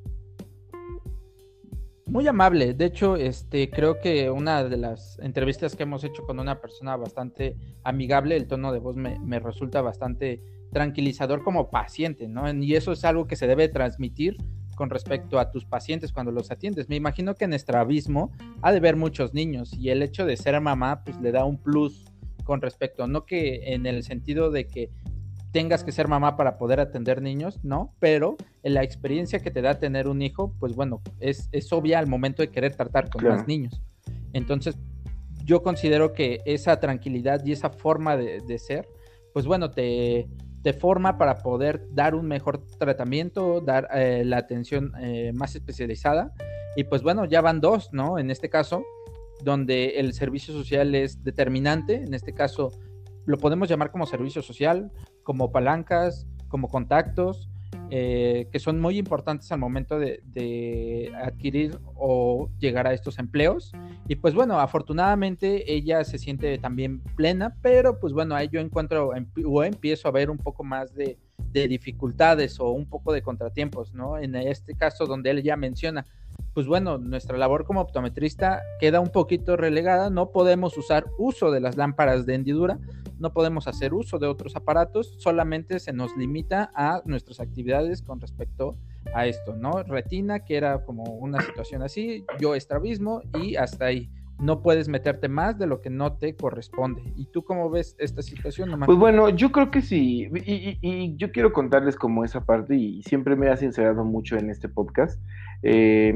Muy amable. De hecho, creo que una de las entrevistas que hemos hecho con una persona bastante amigable, el tono de voz me resulta bastante tranquilizador como paciente, ¿no? Y eso es algo que se debe transmitir con respecto a tus pacientes cuando los atiendes. Me imagino que en estrabismo ha de haber muchos niños y el hecho de ser mamá pues le da un plus con respecto, no que en el sentido de que tengas que ser mamá para poder atender niños, ¿no? Pero la experiencia que te da tener un hijo, pues bueno, es obvia al momento de querer tratar con Claro. más niños. Entonces, yo considero que esa tranquilidad y esa forma de ser, pues bueno, te forma para poder dar un mejor tratamiento, dar la atención más especializada. Y pues bueno, ya van dos, ¿no? En este caso, donde el servicio social es determinante, en este caso lo podemos llamar como servicio social, como palancas, como contactos, que son muy importantes al momento de adquirir o llegar a estos empleos. Y pues bueno, afortunadamente ella se siente también plena, pero pues bueno, ahí yo encuentro o empiezo a ver un poco más de dificultades o un poco de contratiempos, ¿no? En este caso donde él ya menciona, pues bueno, nuestra labor como optometrista queda un poquito relegada, no podemos usar uso de las lámparas de hendidura, no podemos hacer uso de otros aparatos, solamente se nos limita a nuestras actividades con respecto a esto, ¿no? Retina, que era como una situación así, yo estrabismo y hasta ahí. no puedes meterte más de lo que no te corresponde. ¿Y tú cómo ves esta situación, Omar? Pues bueno, yo creo que sí, y yo quiero contarles como esa parte, y siempre me ha sincerado mucho en este podcast. Eh,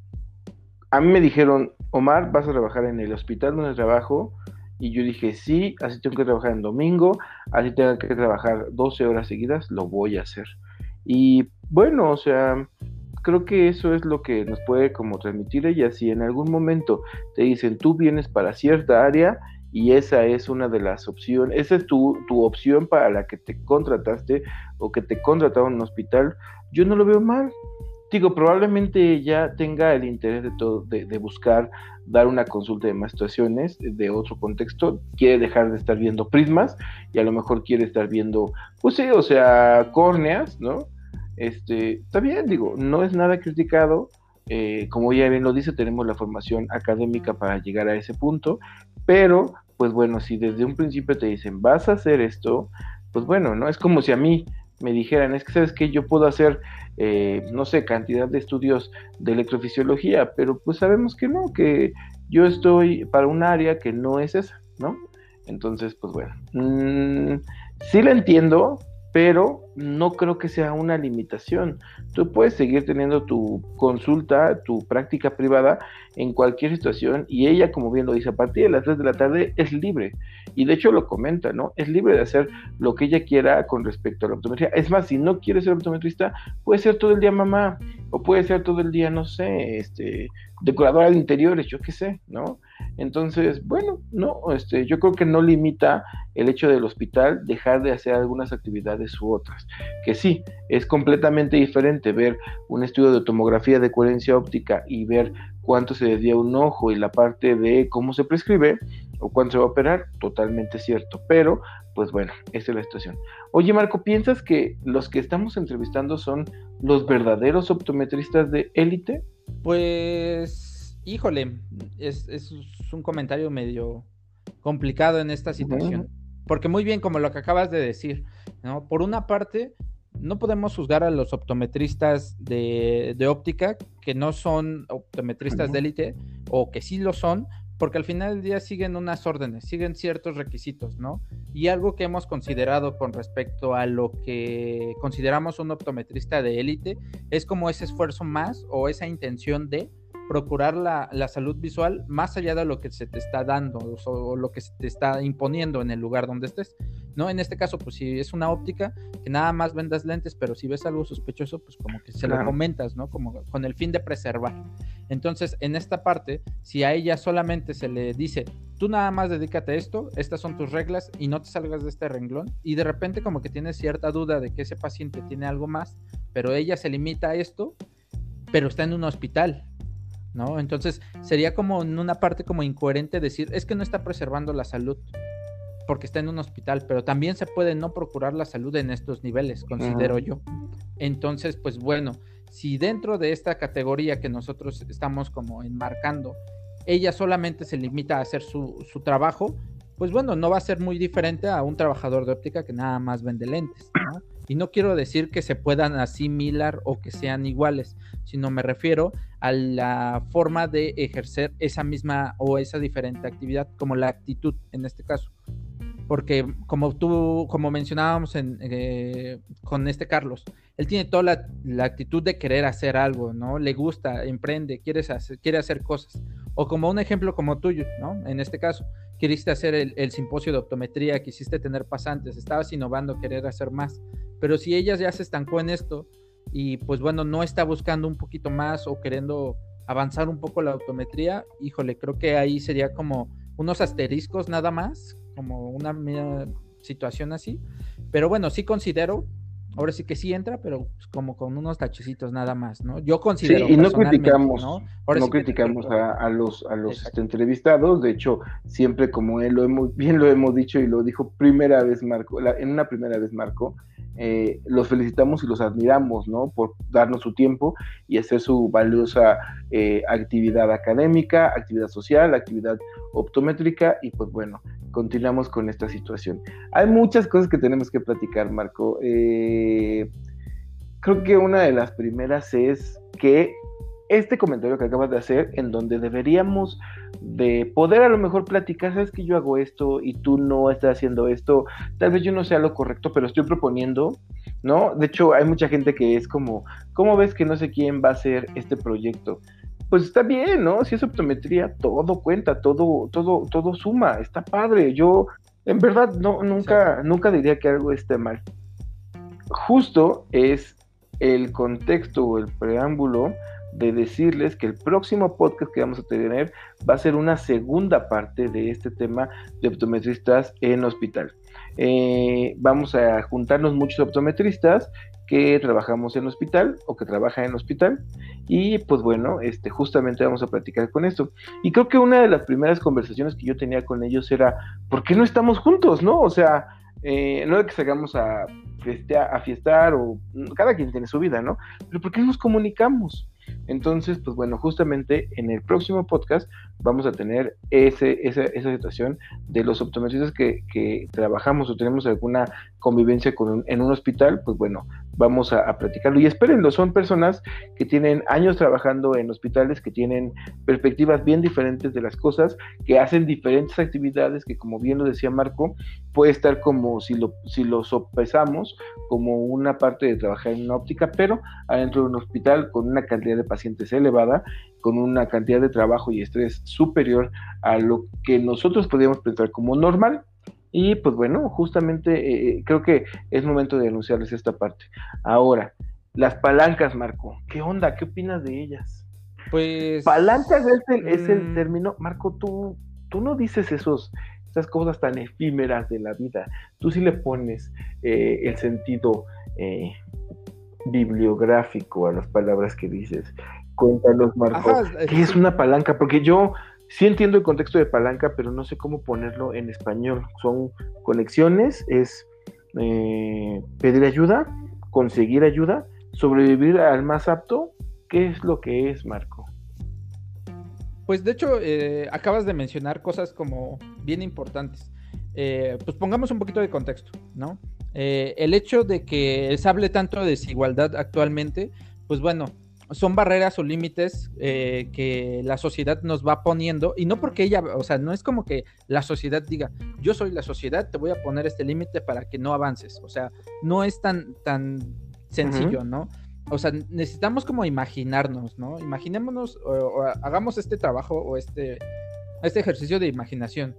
a mí me dijeron, Omar, vas a trabajar en el hospital donde trabajo, y yo dije, sí, así tengo que trabajar en domingo, así tengo que trabajar 12 horas seguidas, lo voy a hacer. Y bueno, o sea, creo que eso es lo que nos puede como transmitir ella. Si en algún momento te dicen, tú vienes para cierta área y esa es una de las opciones, esa es tu opción para la que te contrataste o que te contrataron en un hospital, yo no lo veo mal. Digo, probablemente ella tenga el interés de buscar dar una consulta de más situaciones, de otro contexto, quiere dejar de estar viendo prismas y a lo mejor quiere estar viendo, pues sí, o sea, córneas, ¿no? Está bien, digo, no es nada criticado, como ella bien lo dice, tenemos la formación académica para llegar a ese punto, pero, pues bueno, si desde un principio te dicen, vas a hacer esto, pues bueno, ¿no? Es como si a mí me dijeran, es que sabes que yo puedo hacer, no sé, cantidad de estudios de electrofisiología, pero pues sabemos que no, que yo estoy para un área que no es esa, ¿no? Entonces, pues bueno, sí la entiendo, pero no creo que sea una limitación. Tú puedes seguir teniendo tu consulta, tu práctica privada en cualquier situación, y ella, como bien lo dice, a partir de las 3 de la tarde es libre, y de hecho lo comenta, ¿no? Es libre de hacer lo que ella quiera con respecto a la optometría. Es más, si no quiere ser optometrista, puede ser todo el día mamá, o puede ser todo el día, no sé, decoradora de interiores, yo qué sé, ¿no? Entonces, bueno, no, yo creo que no limita el hecho del hospital dejar de hacer algunas actividades u otras, que sí, es completamente diferente ver un estudio de tomografía de coherencia óptica y ver cuánto se desvía un ojo y la parte de cómo se prescribe o cuánto se va a operar, totalmente cierto, pero pues bueno, esa es la situación. Oye, Marco, ¿piensas que los que estamos entrevistando son los verdaderos optometristas de élite? Pues, híjole, es un comentario medio complicado en esta situación, porque muy bien, como lo que acabas de decir, ¿no? Por una parte, no podemos juzgar a los optometristas de óptica que no son optometristas de élite, o que sí lo son, porque al final del día siguen unas órdenes, siguen ciertos requisitos, ¿no? Y algo que hemos considerado con respecto a lo que consideramos un optometrista de élite es como ese esfuerzo más o esa intención de procurar la salud visual más allá de lo que se te está dando o lo que se te está imponiendo en el lugar donde estés, ¿no? En este caso, pues si es una óptica, que nada más vendas lentes, pero si ves algo sospechoso, pues como que se lo comentas, ¿no? Como con el fin de preservar. Entonces, en esta parte, si a ella solamente se le dice, tú nada más dedícate a esto, estas son tus reglas y no te salgas de este renglón, y de repente como que tienes cierta duda de que ese paciente tiene algo más, pero ella se limita a esto, pero está en un hospital, ¿no? Entonces sería como en una parte como incoherente decir, es que no está preservando la salud porque está en un hospital, pero también se puede no procurar la salud en estos niveles, considero yo. Entonces, pues bueno, si dentro de esta categoría que nosotros estamos como enmarcando, ella solamente se limita a hacer su trabajo, pues bueno, no va a ser muy diferente a un trabajador de óptica que nada más vende lentes, ¿no? Y no quiero decir que se puedan asimilar o que sean iguales, sino me refiero a la forma de ejercer esa misma o esa diferente actividad, como la actitud en este caso. Porque como mencionábamos con Carlos, él tiene toda la actitud de querer hacer algo, ¿no? Le gusta, emprende, quiere hacer cosas. O como un ejemplo como tuyo, ¿no? En este caso, quisiste hacer el simposio de optometría, quisiste tener pasantes, estabas innovando, querer hacer más. Pero si ella ya se estancó en esto y pues bueno, no está buscando un poquito más o queriendo avanzar un poco la optometría, híjole, creo que ahí sería como unos asteriscos nada más, como una situación así. Pero bueno, sí considero, ahora sí que sí entra, pero pues como con unos tachecitos nada más, ¿no? Yo considero. Sí, y no criticamos, ¿no? Ahora no sí criticamos a los entrevistados. De hecho, siempre como él lo hemos dicho y lo dijo primera vez Marco, en una primera vez Marco, los felicitamos y los admiramos, ¿no? Por darnos su tiempo y hacer su valiosa actividad académica, actividad social, actividad optométrica, y pues bueno, continuamos con esta situación. Hay muchas cosas que tenemos que platicar, Marco. Creo que una de las primeras es que este comentario que acabas de hacer, en donde deberíamos de poder a lo mejor platicar, sabes que yo hago esto y tú no estás haciendo esto, tal vez yo no sea lo correcto, pero estoy proponiendo, ¿no? De hecho, hay mucha gente que es como, ¿cómo ves que no sé quién va a hacer este proyecto? Pues está bien, ¿no? Si es optometría, todo cuenta, todo suma, está padre. Yo, en verdad, nunca diría que algo esté mal. Justo es el contexto o el preámbulo de decirles que el próximo podcast que vamos a tener va a ser una segunda parte de este tema de optometristas en hospital. Vamos a juntarnos muchos optometristas que trabajamos en hospital o que trabajan en hospital y pues bueno, justamente vamos a platicar con esto. Y creo que una de las primeras conversaciones que yo tenía con ellos era, ¿por qué no estamos juntos, no? O sea, no de que salgamos a fiestar o cada quien tiene su vida, ¿no? Pero ¿por qué no nos comunicamos? Entonces, pues bueno, justamente en el próximo podcast vamos a tener esa situación de los optometristas que trabajamos o tenemos alguna convivencia en un hospital, pues bueno, vamos a platicarlo y espérenlo, son personas que tienen años trabajando en hospitales, que tienen perspectivas bien diferentes de las cosas, que hacen diferentes actividades que, como bien lo decía Marco, puede estar como si lo sopesamos como una parte de trabajar en una óptica, pero adentro de un hospital con una cantidad de pacientes elevada, con una cantidad de trabajo y estrés superior a lo que nosotros podríamos pensar como normal. Y pues bueno, justamente creo que es momento de anunciarles esta parte. Ahora, las palancas, Marco, ¿qué onda? ¿Qué opinas de ellas? Pues... Palancas es el término. Marco, tú no dices esas cosas tan efímeras de la vida. Tú sí le pones el sentido bibliográfico a las palabras que dices. Cuéntanos, Marco, ¿qué es una palanca? Porque yo sí entiendo el contexto de palanca, pero no sé cómo ponerlo en español. Son conexiones, es pedir ayuda, conseguir ayuda, sobrevivir al más apto. ¿Qué es lo que es, Marco? Pues de hecho, acabas de mencionar cosas como bien importantes. Pues pongamos un poquito de contexto, ¿no? El hecho de que se hable tanto de desigualdad actualmente, pues bueno, son barreras o límites que la sociedad nos va poniendo, y no porque ella, o sea, no es como que la sociedad diga, yo soy la sociedad, te voy a poner este límite para que no avances, o sea, no es tan sencillo, ¿no? O sea, necesitamos como imaginarnos, ¿no? Imaginémonos o hagamos este trabajo o este ejercicio de imaginación.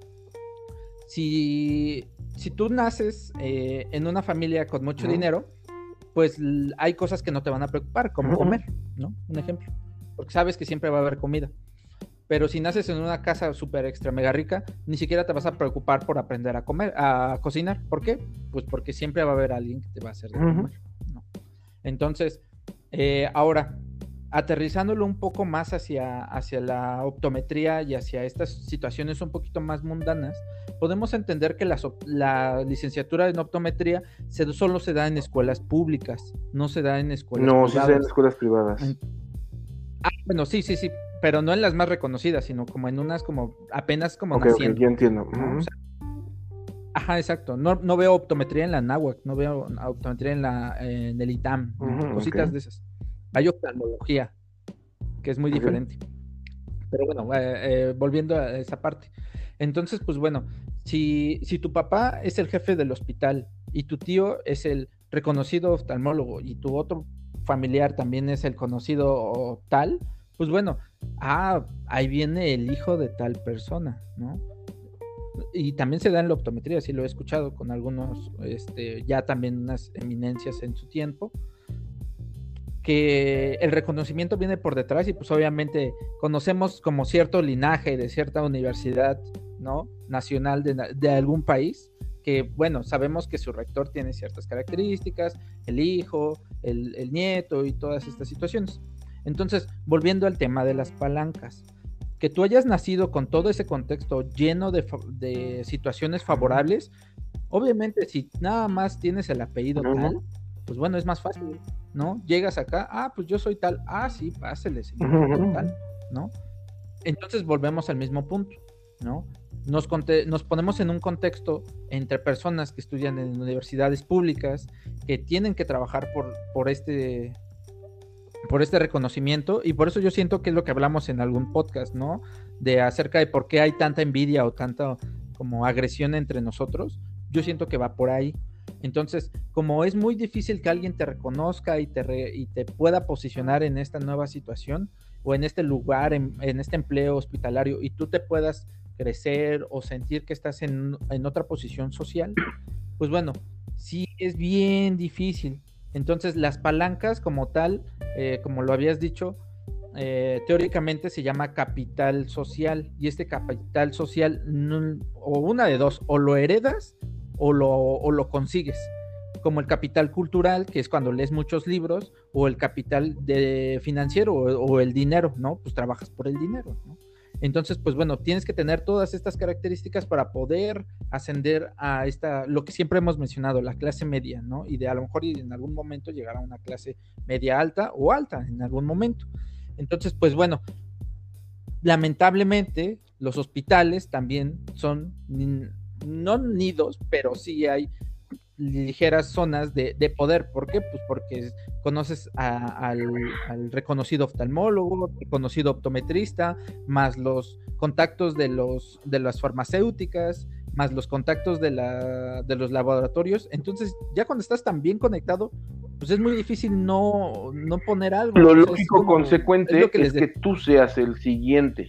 Si tú naces en una familia con mucho dinero, pues hay cosas que no te van a preocupar, como comer, ¿no? Un ejemplo. Porque sabes que siempre va a haber comida. Pero si naces en una casa súper extra mega rica, ni siquiera te vas a preocupar por aprender a cocinar. ¿Por qué? Pues porque siempre va a haber alguien que te va a hacer de comer, ¿no? Entonces, ahora, aterrizándolo un poco más hacia la optometría y hacia estas situaciones un poquito más mundanas, podemos entender que la licenciatura en optometría solo se da en escuelas públicas, no se da en escuelas privadas. No, sí se da en escuelas privadas. Bueno, sí, pero no en las más reconocidas, sino como en unas como apenas como naciendo. Ok, ya entiendo. O sea, ajá, exacto. No veo optometría en la NAHUAC, no veo optometría en el ITAM, cositas de esas. Hay oftalmología, que es muy diferente. Pero bueno, volviendo a esa parte. Entonces, pues bueno, si tu papá es el jefe del hospital y tu tío es el reconocido oftalmólogo y tu otro familiar también es el conocido tal, pues bueno, ahí viene el hijo de tal persona, ¿no? Y también se da en la optometría, sí lo he escuchado con algunos, ya también unas eminencias en su tiempo, que el reconocimiento viene por detrás y pues obviamente conocemos como cierto linaje de cierta universidad, ¿no? Nacional de algún país, que bueno, sabemos que su rector tiene ciertas características, el hijo, el nieto y todas estas situaciones. Entonces, volviendo al tema de las palancas, que tú hayas nacido con todo ese contexto lleno de situaciones favorables, obviamente si nada más tienes el apellido tal, pues bueno, es más fácil, ¿no? Llegas acá, pues yo soy tal, sí, pásele, señor, tal, ¿no? Entonces volvemos al mismo punto, ¿no? Nos ponemos en un contexto entre personas que estudian en universidades públicas, que tienen que trabajar por por este reconocimiento, y por eso yo siento que es lo que hablamos en algún podcast, ¿no? De acerca de por qué hay tanta envidia o tanta como agresión entre nosotros. Yo siento que va por ahí. Entonces, como es muy difícil que alguien te reconozca y te pueda posicionar en esta nueva situación o en este lugar, en este empleo hospitalario, y tú te puedas crecer o sentir que estás en otra posición social, pues bueno, sí es bien difícil. Entonces, las palancas como tal, como lo habías dicho, teóricamente se llama capital social, y este capital social, o una de dos, o lo heredas o lo consigues, como el capital cultural, que es cuando lees muchos libros, o el capital financiero o el dinero, ¿no? Pues trabajas por el dinero, ¿no? Entonces, pues bueno, tienes que tener todas estas características para poder ascender a lo que siempre hemos mencionado, la clase media, ¿no? Y a lo mejor en algún momento llegar a una clase media alta o alta en algún momento. Entonces, pues bueno, lamentablemente los hospitales también son no nidos, pero sí hay ligeras zonas de poder. ¿Por qué? Pues porque conoces al reconocido oftalmólogo, reconocido optometrista, más los contactos de las farmacéuticas, más los contactos de los laboratorios. Entonces, ya cuando estás tan bien conectado, pues es muy difícil no poner algo. Lo lógico consecuente es que tú seas el siguiente.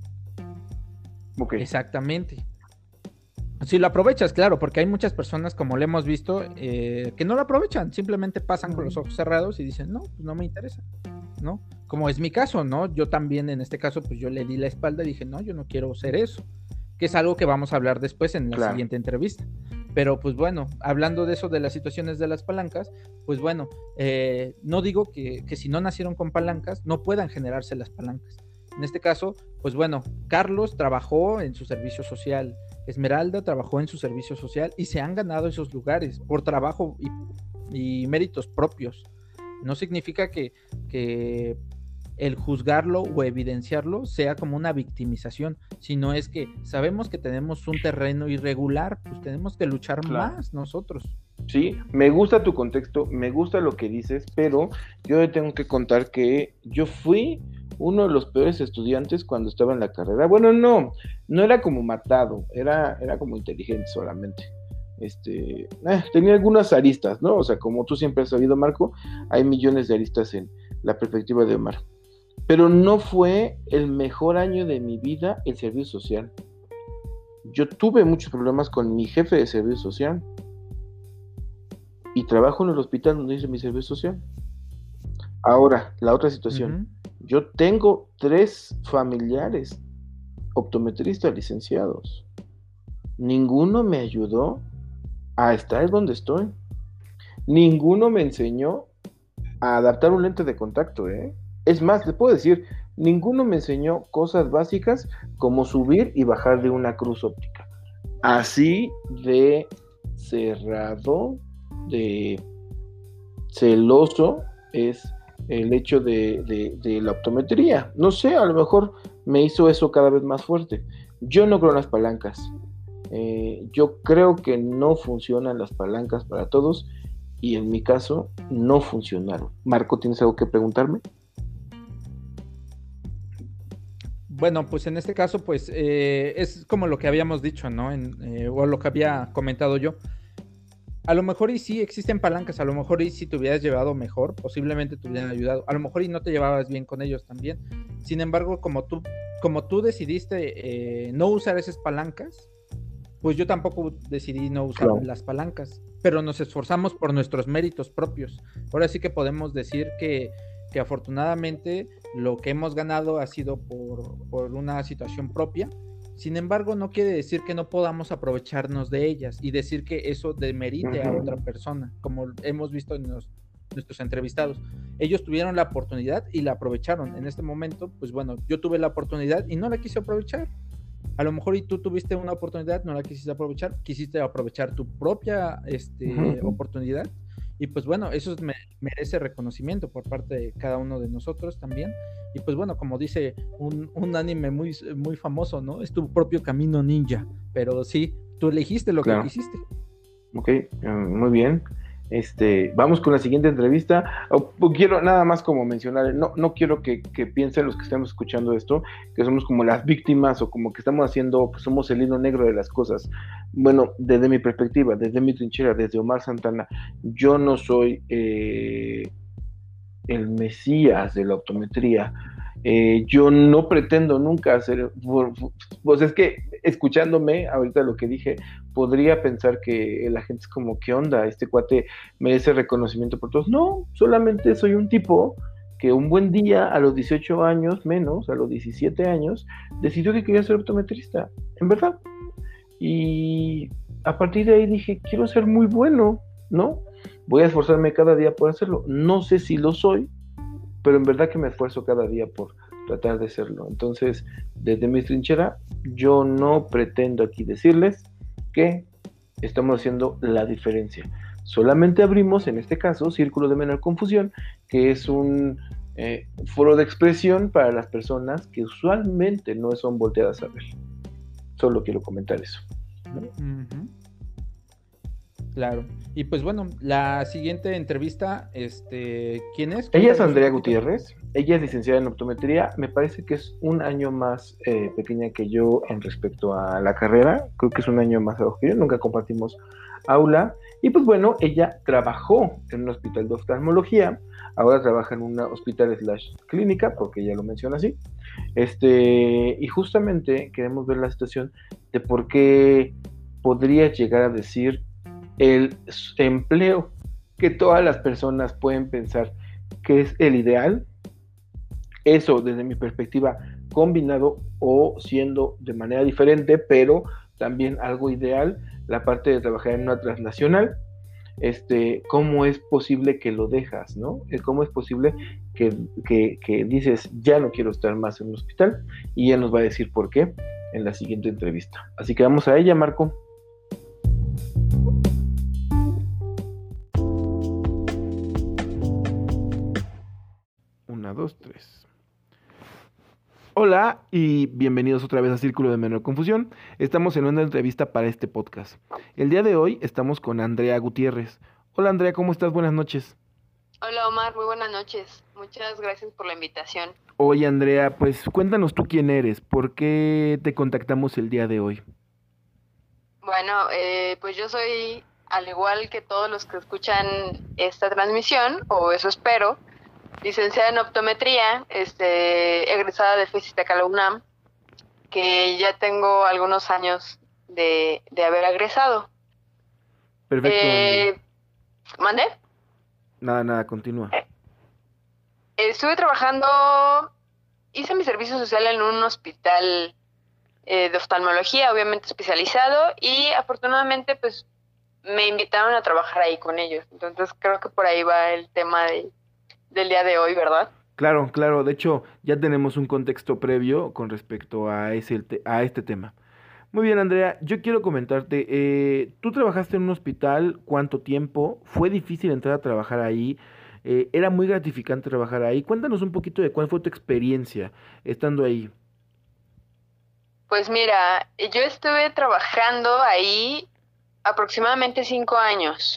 Okay. Exactamente. Si lo aprovechas, claro, porque hay muchas personas, como lo hemos visto, que no lo aprovechan, simplemente pasan con los ojos cerrados y dicen, no, pues no me interesa, ¿no? Como es mi caso, ¿no? Yo también en este caso, pues yo le di la espalda y dije, no, yo no quiero ser eso, que es algo que vamos a hablar después en la siguiente entrevista. Pero pues bueno, hablando de eso, de las situaciones de las palancas, pues bueno, no digo que si no nacieron con palancas, no puedan generarse las palancas. En este caso, pues bueno, Carlos trabajó en su servicio social, Esmeralda trabajó en su servicio social y se han ganado esos lugares por trabajo y méritos propios. No significa que el juzgarlo o evidenciarlo sea como una victimización, sino es que sabemos que tenemos un terreno irregular, pues tenemos que luchar más nosotros. Sí, me gusta tu contexto, me gusta lo que dices, pero yo te tengo que contar que yo fui uno de los peores estudiantes cuando estaba en la carrera. Bueno, no era como matado, era como inteligente solamente. Tenía algunas aristas, ¿no? O sea, como tú siempre has sabido, Marco, hay millones de aristas en la perspectiva de Omar. Pero no fue el mejor año de mi vida el servicio social. Yo tuve muchos problemas con mi jefe de servicio social. Y trabajo en el hospital donde hice mi servicio social. Ahora, la otra situación. Yo tengo 3 familiares optometristas licenciados. Ninguno me ayudó a estar donde estoy. Ninguno me enseñó a adaptar un lente de contacto, ¿eh? Es más, te puedo decir, ninguno me enseñó cosas básicas como subir y bajar de una cruz óptica. Así de cerrado, de celoso es el hecho de la optometría. No sé, a lo mejor me hizo eso cada vez más fuerte. Yo no creo en las palancas. Yo creo que no funcionan las palancas para todos y en mi caso no funcionaron. Marco, ¿tienes algo que preguntarme? Bueno, pues en este caso, pues es como lo que habíamos dicho, ¿no? O lo que había comentado yo. A lo mejor y sí existen palancas, a lo mejor y si te hubieras llevado mejor, posiblemente te hubieran ayudado, a lo mejor y no te llevabas bien con ellos también. Sin embargo, como tú decidiste no usar esas palancas, pues yo tampoco decidí no usar las palancas, pero nos esforzamos por nuestros méritos propios. Ahora sí que podemos decir que afortunadamente lo que hemos ganado ha sido por una situación propia. Sin embargo, no quiere decir que no podamos aprovecharnos de ellas y decir que eso demerite a otra persona, como hemos visto en nuestros entrevistados. Ellos tuvieron la oportunidad y la aprovecharon. En este momento, pues bueno, yo tuve la oportunidad y no la quise aprovechar. A lo mejor y tú tuviste una oportunidad, no la quisiste aprovechar tu propia oportunidad. Y pues bueno, eso merece reconocimiento por parte de cada uno de nosotros también. Y pues bueno, como dice un anime muy, muy famoso, ¿no? Es tu propio camino ninja. Pero sí, tú elegiste lo que quisiste. Ok, muy bien. Vamos con la siguiente entrevista. Quiero nada más como mencionar, no quiero que piensen los que estamos escuchando esto, que somos como las víctimas o como que estamos haciendo, que somos el hilo negro de las cosas. Bueno, desde mi perspectiva, desde mi trinchera, desde Omar Santana, yo no soy el mesías de la optometría. Yo no pretendo nunca hacer, pues es que escuchándome ahorita lo que dije, podría pensar que la gente es como, ¿qué onda? Este cuate merece reconocimiento por todos. No, solamente soy un tipo que un buen día, a los 18 años menos, a los 17 años, decidió que quería ser optometrista, en verdad. Y a partir de ahí dije, quiero ser muy bueno, ¿no? Voy a esforzarme cada día por hacerlo. No sé si lo soy, pero en verdad que me esfuerzo cada día por tratar de serlo. Entonces, desde mi trinchera, yo no pretendo aquí decirles que estamos haciendo la diferencia. Solamente abrimos, en este caso, Círculo de Menor Confusión, que es un foro de expresión para las personas que usualmente no son volteadas a ver. Solo quiero comentar eso, ¿no? Uh-huh. Claro. Y pues bueno, la siguiente entrevista, ¿quién es? Ella es Andrea Gutiérrez, ella es licenciada en optometría, me parece que es un año más pequeña que yo en respecto a la carrera, creo que es un año más abajo que yo, nunca compartimos aula, y pues bueno, ella trabajó en un hospital de oftalmología, ahora trabaja en un hospital / clínica, porque ella lo menciona así, y justamente queremos ver la situación de por qué podría llegar a decir el empleo que todas las personas pueden pensar que es el ideal, eso desde mi perspectiva combinado o siendo de manera diferente, pero también algo ideal, la parte de trabajar en una transnacional, cómo es posible que lo dejas, ¿no? ¿Cómo es posible que dices, ya no quiero estar más en un hospital? Y ella nos va a decir por qué en la siguiente entrevista. Así que vamos a ella, Marco. 1, 2, 3. Hola y bienvenidos otra vez a Círculo de Menor Confusión. Estamos en una entrevista para este podcast. El día de hoy estamos con Andrea Gutiérrez. Hola Andrea, ¿cómo estás? Buenas noches. Hola Omar, muy buenas noches. Muchas gracias por la invitación. Oye Andrea, pues cuéntanos tú quién eres, ¿por qué te contactamos el día de hoy? Bueno, pues yo soy, al igual que todos los que escuchan esta transmisión, o eso espero, licenciada en optometría, egresada de FESITEC UNAM, que ya tengo algunos años de haber egresado. Perfecto. ¿Mandé? Nada, continúa. Estuve trabajando, hice mi servicio social en un hospital de oftalmología, obviamente especializado, y afortunadamente pues me invitaron a trabajar ahí con ellos. Entonces creo que por ahí va el tema del día de hoy, ¿verdad? Claro, de hecho ya tenemos un contexto previo con respecto a este tema. Muy bien, Andrea, yo quiero comentarte, tú trabajaste en un hospital, ¿cuánto tiempo? ¿Fue difícil entrar a trabajar ahí? ¿Era muy gratificante trabajar ahí? Cuéntanos un poquito de cuál fue tu experiencia estando ahí. Pues mira, yo estuve trabajando ahí aproximadamente 5 años.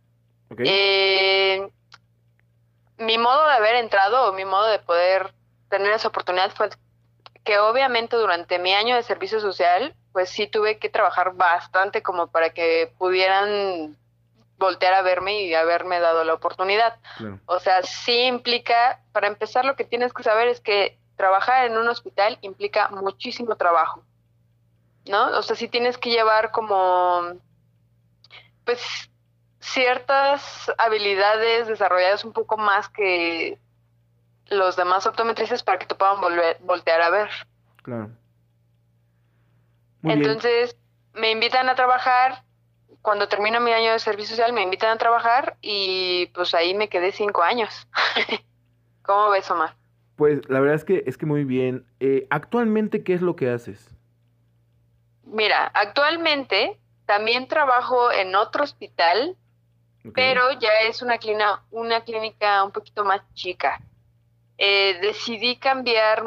Okay. Mi modo de haber entrado o mi modo de poder tener esa oportunidad fue que obviamente durante mi año de servicio social, pues sí tuve que trabajar bastante como para que pudieran voltear a verme y haberme dado la oportunidad. Claro. O sea, sí implica, para empezar lo que tienes que saber es que trabajar en un hospital implica muchísimo trabajo, ¿no? O sea, sí tienes que llevar como, pues, ciertas habilidades desarrolladas un poco más que los demás optometristas para que te puedan voltear a ver. Claro. Muy Entonces, bien. Me invitan a trabajar, cuando termino mi año de servicio social, me invitan a trabajar y pues ahí me quedé 5 años. ¿Cómo ves, Omar? Pues la verdad es que muy bien. Actualmente, ¿qué es lo que haces? Mira, actualmente también trabajo en otro hospital, okay, pero ya es una clínica un poquito más chica. Decidí cambiar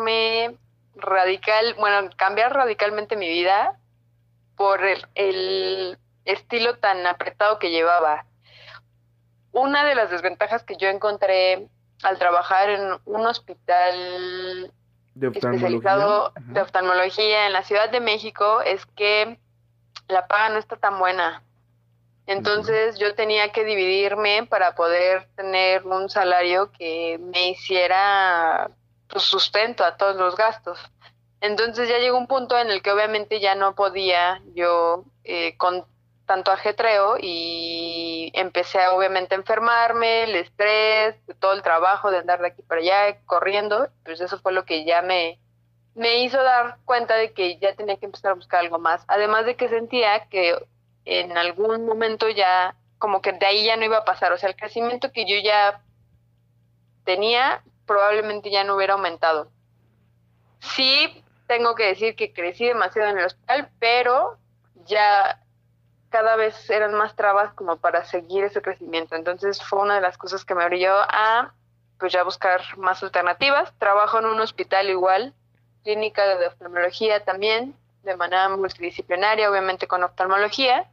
radicalmente mi vida por el estilo tan apretado que llevaba. una de las desventajas que yo encontré al trabajar en un hospital ¿De oftalmología? especializado Ujú. de oftalmología en la Ciudad de México es que la paga no está tan buena. Entonces yo tenía que dividirme para poder tener un salario que me hiciera pues, sustento a todos los gastos. Entonces ya llegó un punto en el que obviamente ya no podía yo con tanto ajetreo y empecé obviamente a enfermarme, el estrés, todo el trabajo de andar de aquí para allá corriendo, pues eso fue lo que ya me hizo dar cuenta de que ya tenía que empezar a buscar algo más. Además de que sentía que en algún momento ya, como que de ahí ya no iba a pasar. O sea, el crecimiento que yo ya tenía probablemente ya no hubiera aumentado. Sí, tengo que decir que crecí demasiado en el hospital, pero ya cada vez eran más trabas como para seguir ese crecimiento. Entonces fue una de las cosas que me orilló a pues ya buscar más alternativas. Trabajo en un hospital igual, clínica de oftalmología también, de manera multidisciplinaria, obviamente con oftalmología,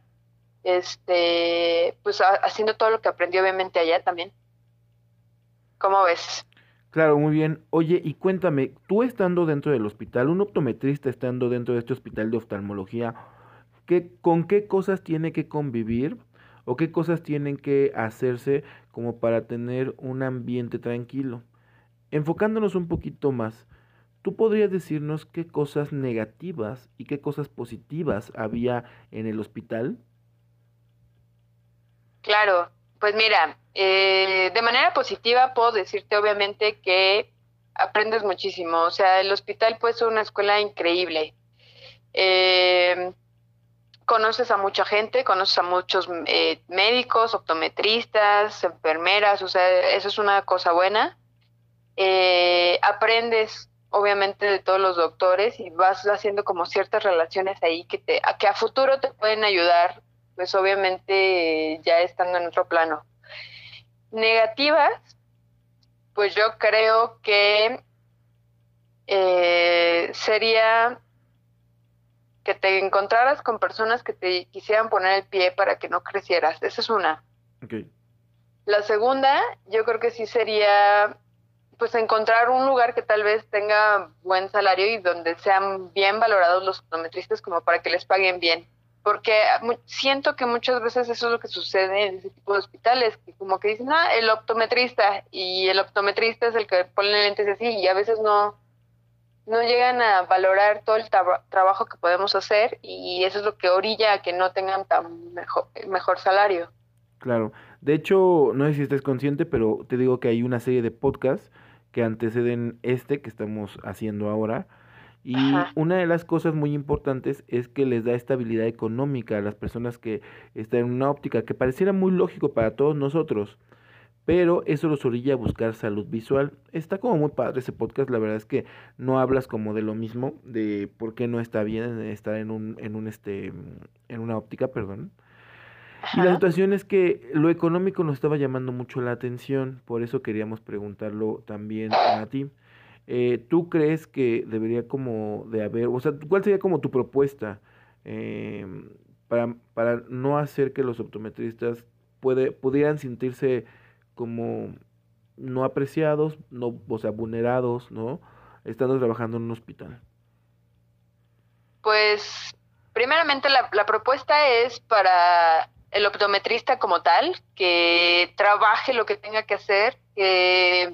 pues haciendo todo lo que aprendí obviamente allá también. ¿Cómo ves? Claro, muy bien. Oye, y cuéntame, tú estando dentro del hospital, un optometrista estando dentro de este hospital de oftalmología, ¿con qué cosas tiene que convivir o qué cosas tienen que hacerse como para tener un ambiente tranquilo? Enfocándonos un poquito más, ¿tú podrías decirnos qué cosas negativas y qué cosas positivas había en el hospital? Claro, pues mira, de manera positiva puedo decirte obviamente que aprendes muchísimo. O sea, el hospital puede ser una escuela increíble. Eh, Conoces a mucha gente, conoces a muchos médicos, optometristas, enfermeras, o sea, eso es una cosa buena. Aprendes obviamente de todos los doctores y vas haciendo como ciertas relaciones ahí que a futuro te pueden ayudar, pues obviamente ya estando en otro plano. Negativas, pues yo creo que sería que te encontraras con personas que te quisieran poner el pie para que no crecieras. Esa es una. Ok, La segunda, yo creo que sí sería pues encontrar un lugar que tal vez tenga buen salario y donde sean bien valorados los optometristas como para que les paguen bien. Porque siento que muchas veces eso es lo que sucede en ese tipo de hospitales, que como que dicen, ah, el optometrista, y el optometrista es el que pone lentes así, y a veces no llegan a valorar todo el trabajo que podemos hacer, y eso es lo que orilla a que no tengan tan mejor salario. claro. De hecho, no sé si estés consciente, pero te digo que hay una serie de podcasts que anteceden este que estamos haciendo ahora. Y Ajá. una de las cosas muy importantes es que les da estabilidad económica a las personas que están en una óptica, que pareciera muy lógico para todos nosotros, pero eso los orilla a buscar salud visual. Está como muy padre ese podcast, la verdad es que no hablas como de lo mismo, de por qué no está bien estar en una óptica, perdón. Y la Ajá. situación es que lo económico nos estaba llamando mucho la atención, por eso queríamos preguntarlo también a ti. ¿Tú crees que debería como de haber, o sea, cuál sería como tu propuesta eh, para no hacer que los optometristas pudieran sentirse como no apreciados, no, o sea, vulnerados, ¿no? Estando trabajando en un hospital. Pues primeramente la propuesta es para el optometrista como tal, que trabaje lo que tenga que hacer, que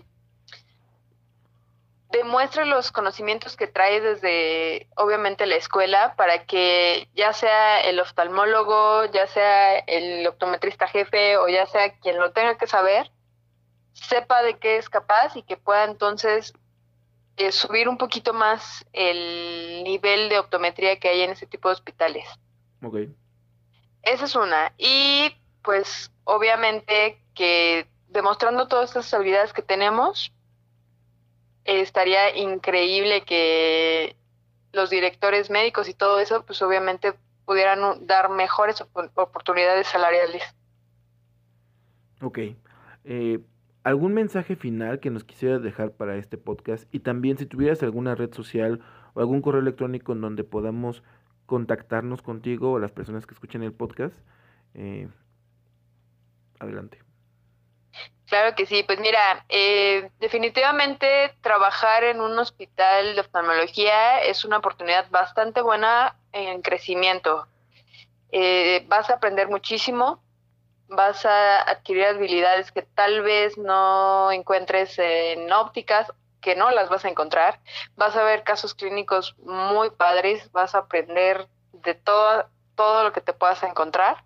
demuestre los conocimientos que trae desde obviamente la escuela para que ya sea el oftalmólogo, ya sea el optometrista jefe o ya sea quien lo tenga que saber, sepa de qué es capaz y que pueda entonces subir un poquito más el nivel de optometría que hay en ese tipo de hospitales. Ok, Esa es una. Y pues obviamente que demostrando todas estas habilidades que tenemos, estaría increíble que los directores médicos y todo eso, pues obviamente pudieran dar mejores oportunidades salariales. ok. Eh, ¿Algún mensaje final que nos quisieras dejar para este podcast? Y también si tuvieras alguna red social o algún correo electrónico en donde podamos contactarnos contigo o las personas que escuchen el podcast, eh, adelante. Claro que sí, pues mira, definitivamente trabajar en un hospital de oftalmología es una oportunidad bastante buena en crecimiento. Vas a aprender muchísimo, vas a adquirir habilidades que tal vez no encuentres en ópticas, que no las vas a encontrar, vas a ver casos clínicos muy padres, vas a aprender de todo lo que te puedas encontrar.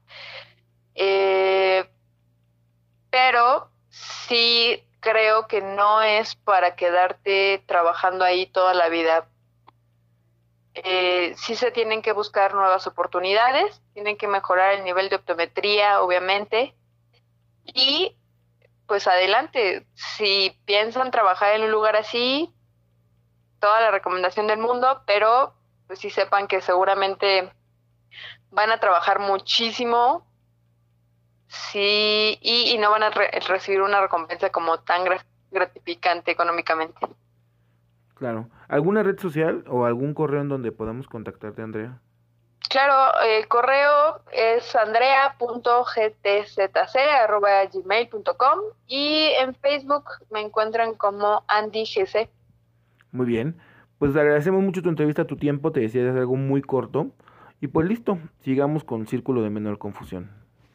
Pero sí creo que no es para quedarte trabajando ahí toda la vida. Sí se tienen que buscar nuevas oportunidades, tienen que mejorar el nivel de optometría, obviamente, y pues adelante, si piensan trabajar en un lugar así, toda la recomendación del mundo, pero pues sí sepan que seguramente van a trabajar muchísimo. Sí, y no van a recibir una recompensa como tan gratificante económicamente. Claro. ¿Alguna red social o algún correo en donde podamos contactarte, Andrea? Claro, el correo es andrea.gtzc@gmail.com y en Facebook me encuentran como AndyGC. Muy bien. Pues te agradecemos mucho tu entrevista, tu tiempo. Te decía es algo muy corto. Y pues listo, sigamos con Círculo de Menor Confusión.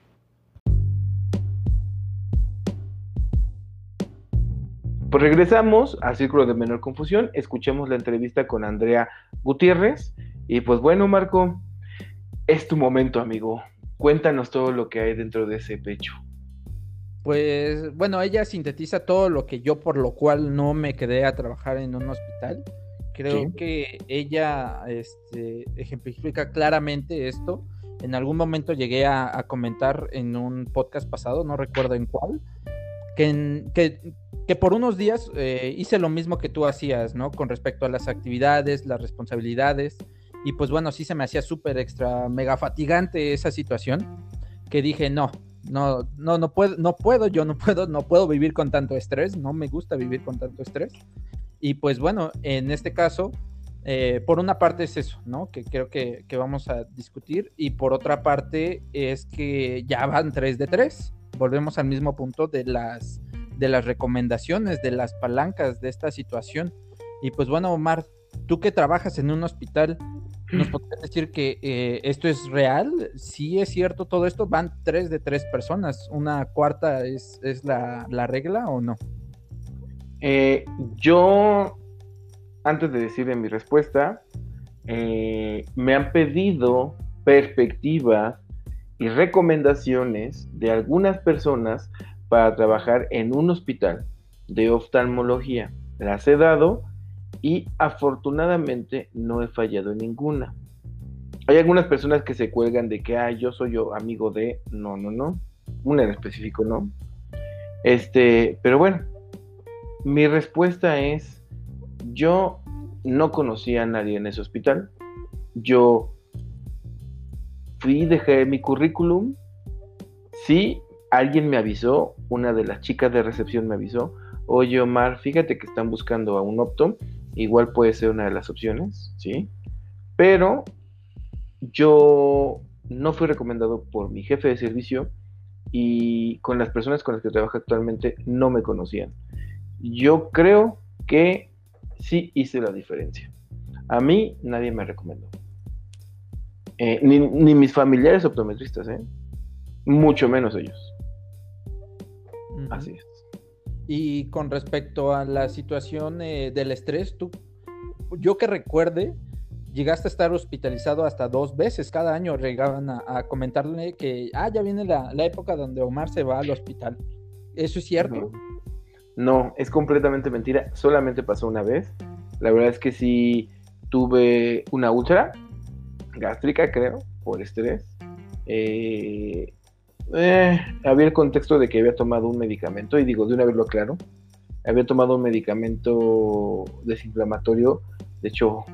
Pues regresamos al Círculo de Menor Confusión, escuchemos la entrevista con Andrea Gutiérrez y pues bueno, Marco, es tu momento, amigo. Cuéntanos todo lo que hay dentro de ese pecho. Pues bueno, ella sintetiza todo lo que yo, por lo cual no me quedé a trabajar en un hospital. Creo Sí. que ella ejemplifica claramente esto. En algún momento llegué a comentar en un podcast pasado, no recuerdo en cuál, que por unos días hice lo mismo que tú hacías, ¿no? Con respecto a las actividades, las responsabilidades, y pues bueno, sí se me hacía súper extra, mega fatigante esa situación, que dije, no puedo vivir con tanto estrés, no me gusta vivir con tanto estrés, y pues bueno, en este caso, por una parte es eso, ¿no? Que creo que vamos a discutir, y por otra parte es que ya van 3 de 3. Volvemos al mismo punto de las recomendaciones, de las palancas de esta situación. Y pues bueno, Omar, tú que trabajas en un hospital, ¿nos podrías decir que esto es real? ¿Sí es cierto todo esto? Van 3 de 3 personas, ¿una cuarta es la regla o no? Yo, antes de decirle mi respuesta, me han pedido perspectivas y recomendaciones de algunas personas para trabajar en un hospital de oftalmología. Las he dado y afortunadamente no he fallado en ninguna. Hay algunas personas que se cuelgan de que yo soy amigo de... No. Una en específico no. Pero bueno, mi respuesta es, yo no conocía a nadie en ese hospital. Yo fui, dejé mi currículum. Sí, alguien me avisó, una de las chicas de recepción me avisó, oye Omar, fíjate que están buscando a un opto, igual puede ser una de las opciones, ¿sí? Pero yo no fui recomendado por mi jefe de servicio y con las personas con las que trabajo actualmente no me conocían. Yo creo que sí hice la diferencia. A mí nadie me recomendó. Ni mis familiares optometristas, mucho menos ellos. Uh-huh. Así es. Y con respecto a la situación del estrés, yo que recuerde, llegaste a estar hospitalizado hasta 2 veces. Cada año llegaban a comentarle que ya viene la época donde Omar se va al hospital. ¿Eso es cierto? No, es completamente mentira. Solamente pasó una vez. La verdad es que sí tuve una úlcera gástrica, creo, por estrés. Había el contexto de que había tomado un medicamento, y digo, de una vez lo aclaro, había tomado un medicamento desinflamatorio, de hecho,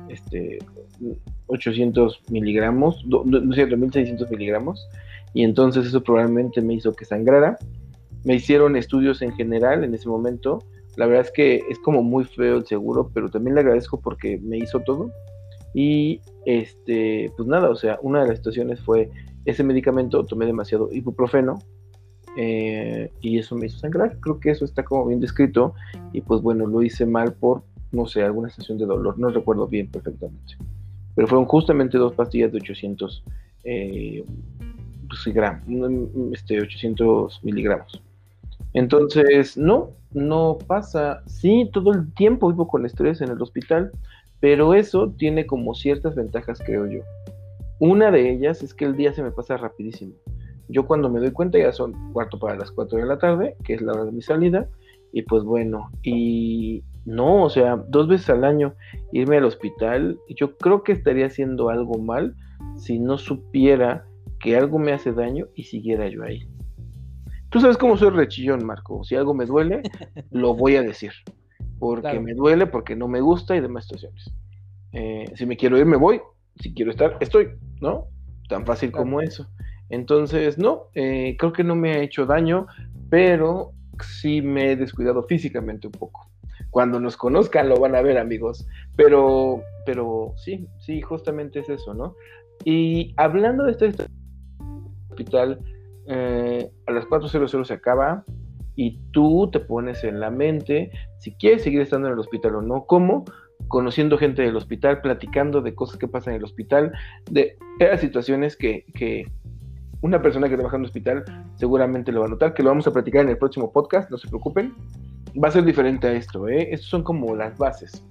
800 miligramos, no es cierto, 1600 miligramos, y entonces eso probablemente me hizo que sangrara. Me hicieron estudios en general en ese momento. La verdad es que es como muy feo el seguro, pero también le agradezco porque me hizo todo. Y pues nada, o sea, una de las situaciones fue ese medicamento, tomé demasiado ibuprofeno y eso me hizo sangrar. Creo que eso está como bien descrito, y pues bueno, lo hice mal por, no sé, alguna sensación de dolor, no recuerdo bien perfectamente, pero fueron justamente 2 pastillas de 800 pues, 800 miligramos. Entonces, no pasa. Sí, todo el tiempo vivo con estrés en el hospital, pero eso tiene como ciertas ventajas, creo yo. Una de ellas es que el día se me pasa rapidísimo. Yo cuando me doy cuenta ya son 4 para las 4 de la tarde, que es la hora de mi salida, y pues bueno, y no, o sea, 2 veces al año irme al hospital, yo creo que estaría haciendo algo mal si no supiera que algo me hace daño y siguiera yo ahí. Tú sabes cómo soy rechillón, Marco. Si algo me duele, lo voy a decir. Porque Claro. me duele, porque no me gusta y demás situaciones. Si me quiero ir, me voy. Si quiero estar, estoy, ¿no? Tan fácil Claro. como eso. Entonces, no, creo que no me ha hecho daño, pero sí me he descuidado físicamente un poco. Cuando nos conozcan lo van a ver, amigos. Pero sí, justamente es eso, ¿no? Y hablando de esta historia hospital, a las 4:00 se acaba y tú te pones en la mente si quieres seguir estando en el hospital o no. ¿Cómo? Conociendo gente del hospital, platicando de cosas que pasan en el hospital, de situaciones que una persona que trabaja en un hospital seguramente lo va a notar, que lo vamos a platicar en el próximo podcast, no se preocupen. Va a ser diferente a esto, Estos son como las bases.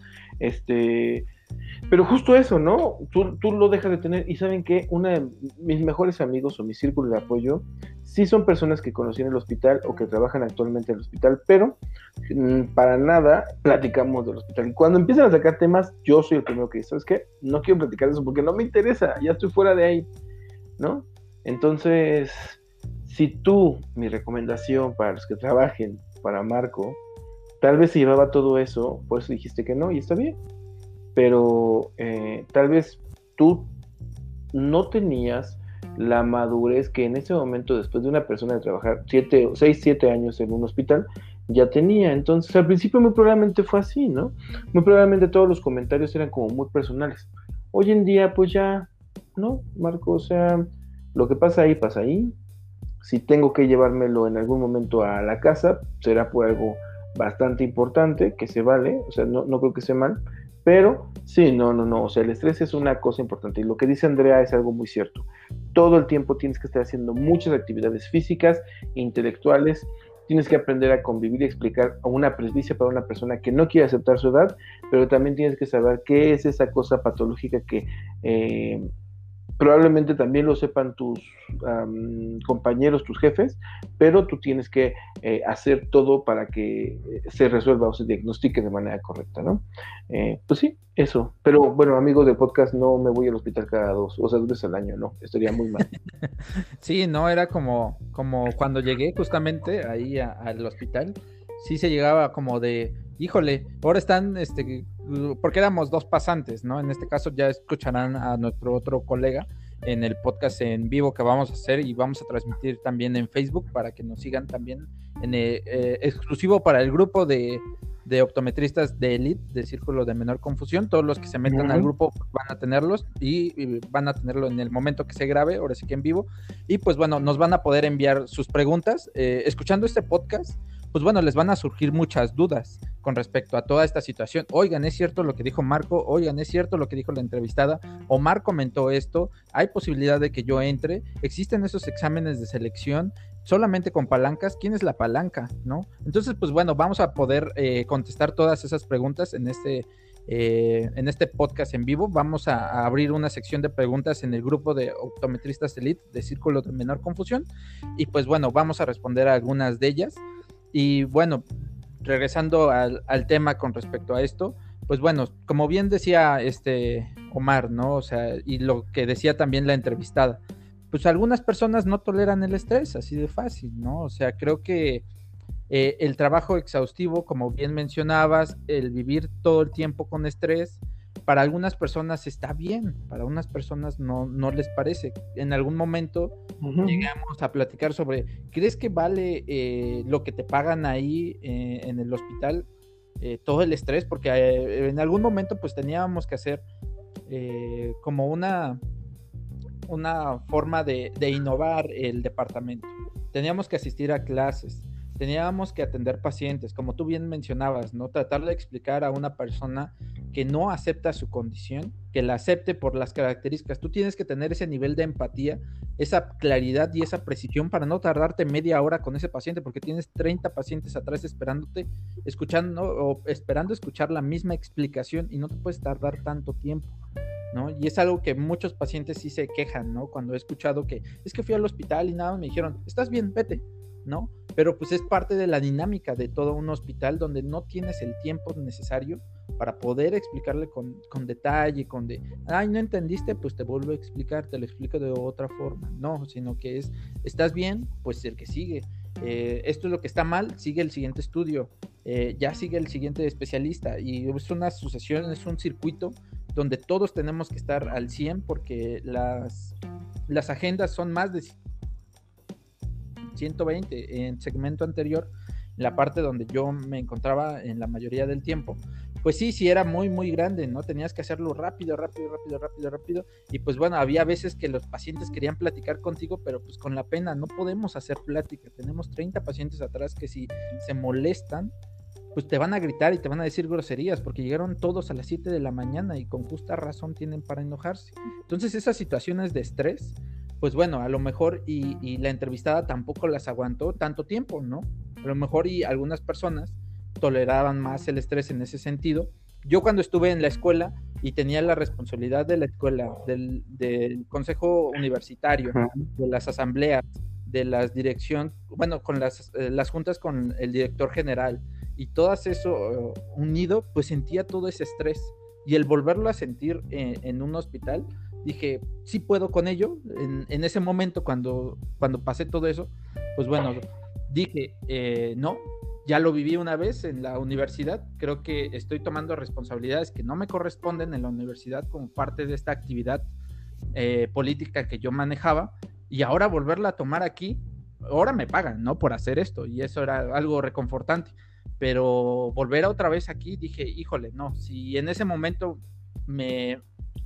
Pero justo eso, ¿no? Tú lo dejas de tener, y ¿saben qué? Uno de mis mejores amigos o mi círculo de apoyo sí son personas que conocí en el hospital o que trabajan actualmente en el hospital, pero para nada platicamos del hospital. Y cuando empiezan a sacar temas, yo soy el primero que dice, ¿sabes qué? No quiero platicar de eso porque no me interesa, ya estoy fuera de ahí, ¿no? Entonces, si tú, mi recomendación para los que trabajen para Marco, tal vez se llevaba todo eso, por eso dijiste que no, y está bien, pero tal vez tú no tenías la madurez que en ese momento, después de una persona de trabajar 6, 7 años en un hospital, ya tenía. Entonces al principio muy probablemente fue así, ¿no? Muy probablemente todos los comentarios eran como muy personales. Hoy en día pues ya, ¿no, Marco? O sea, lo que pasa ahí. Si tengo que llevármelo en algún momento a la casa, será por algo bastante importante, que se vale, o sea, no creo que sea mal, pero sí, no, o sea, el estrés es una cosa importante, y lo que dice Andrea es algo muy cierto. Todo el tiempo tienes que estar haciendo muchas actividades físicas, intelectuales, tienes que aprender a convivir y explicar a una presbicia para una persona que no quiere aceptar su edad, pero también tienes que saber qué es esa cosa patológica que probablemente también lo sepan tus compañeros, tus jefes, pero tú tienes que hacer todo para que se resuelva o se diagnostique de manera correcta, ¿no? Pues sí, eso. Pero bueno, amigos del podcast, no me voy al hospital cada 2 veces al año, no, estaría muy mal. Sí, no, era como cuando llegué justamente ahí al hospital, sí se llegaba como de, híjole, ahora están, porque éramos 2 pasantes, ¿no? En este caso ya escucharán a nuestro otro colega en el podcast en vivo que vamos a hacer y vamos a transmitir también en Facebook para que nos sigan también en exclusivo para el grupo de optometristas de Elite, de Círculo de Menor Confusión. Todos los que se metan al grupo van a tenerlos y van a tenerlo en el momento que se grabe, ahora sí que en vivo, y pues bueno, nos van a poder enviar sus preguntas. Escuchando este podcast, pues bueno, les van a surgir muchas dudas con respecto a toda esta situación. Oigan, ¿es cierto lo que dijo Marco? Oigan, ¿es cierto lo que dijo la entrevistada? Omar comentó esto, ¿hay posibilidad de que yo entre? ¿Existen esos exámenes de selección solamente con palancas? ¿Quién es la palanca? ¿No? Entonces, pues bueno, vamos a poder contestar todas esas preguntas en este podcast en vivo. Vamos a abrir una sección de preguntas en el grupo de optometristas Elite de Círculo de Menor Confusión, y pues bueno, vamos a responder a algunas de ellas. Y bueno, regresando al tema con respecto a esto, pues bueno, como bien decía Omar, ¿no? O sea, y lo que decía también la entrevistada, pues algunas personas no toleran el estrés, así de fácil, ¿no? O sea, creo que el trabajo exhaustivo, como bien mencionabas, el vivir todo el tiempo con estrés, para algunas personas está bien, para unas personas no les parece. En algún momento llegamos a platicar sobre, ¿crees que vale lo que te pagan ahí en el hospital, todo el estrés? Porque en algún momento pues teníamos que hacer como una forma de innovar el departamento. Teníamos que asistir a clases, teníamos que atender pacientes, como tú bien mencionabas, ¿no? Tratar de explicar a una persona que no acepta su condición, que la acepte por las características. Tú tienes que tener ese nivel de empatía, esa claridad y esa precisión para no tardarte media hora con ese paciente, porque tienes 30 pacientes atrás esperándote, escuchando o esperando escuchar la misma explicación y no te puedes tardar tanto tiempo, ¿no? Y es algo que muchos pacientes sí se quejan, ¿no? Cuando he escuchado que es que fui al hospital y nada, me dijeron, estás bien, vete, ¿no? Pero pues es parte de la dinámica de todo un hospital donde no tienes el tiempo necesario para poder explicarle con detalle, ay, no entendiste, pues te vuelvo a explicar, te lo explico de otra forma. No, sino que estás bien, pues el que sigue. Esto es lo que está mal, sigue el siguiente estudio, ya sigue el siguiente especialista, y es una sucesión, es un circuito donde todos tenemos que estar al 100 porque las agendas son más de 120. En segmento anterior, en la parte donde yo me encontraba en la mayoría del tiempo, pues sí era muy, muy grande, ¿no? Tenías que hacerlo rápido, y pues bueno, había veces que los pacientes querían platicar contigo, pero pues con la pena no podemos hacer plática, tenemos 30 pacientes atrás que si se molestan, pues te van a gritar y te van a decir groserías, porque llegaron todos a las 7 de la mañana y con justa razón tienen para enojarse. Entonces esas situaciones de estrés, pues bueno, a lo mejor y la entrevistada tampoco las aguantó tanto tiempo, ¿no? A lo mejor y algunas personas toleraban más el estrés en ese sentido. Yo cuando estuve en la escuela y tenía la responsabilidad de la escuela, del consejo universitario, de las asambleas, de las dirección, bueno, con las juntas con el director general y todo eso unido, pues sentía todo ese estrés, y el volverlo a sentir en un hospital, dije, sí puedo con ello. En ese momento cuando pasé todo eso, pues bueno, dije, no, ya lo viví una vez en la universidad, creo que estoy tomando responsabilidades que no me corresponden en la universidad como parte de esta actividad política que yo manejaba, y ahora volverla a tomar aquí, ahora me pagan, ¿no? Por hacer esto, y eso era algo reconfortante, pero volver otra vez aquí, dije, híjole, no, si en ese momento me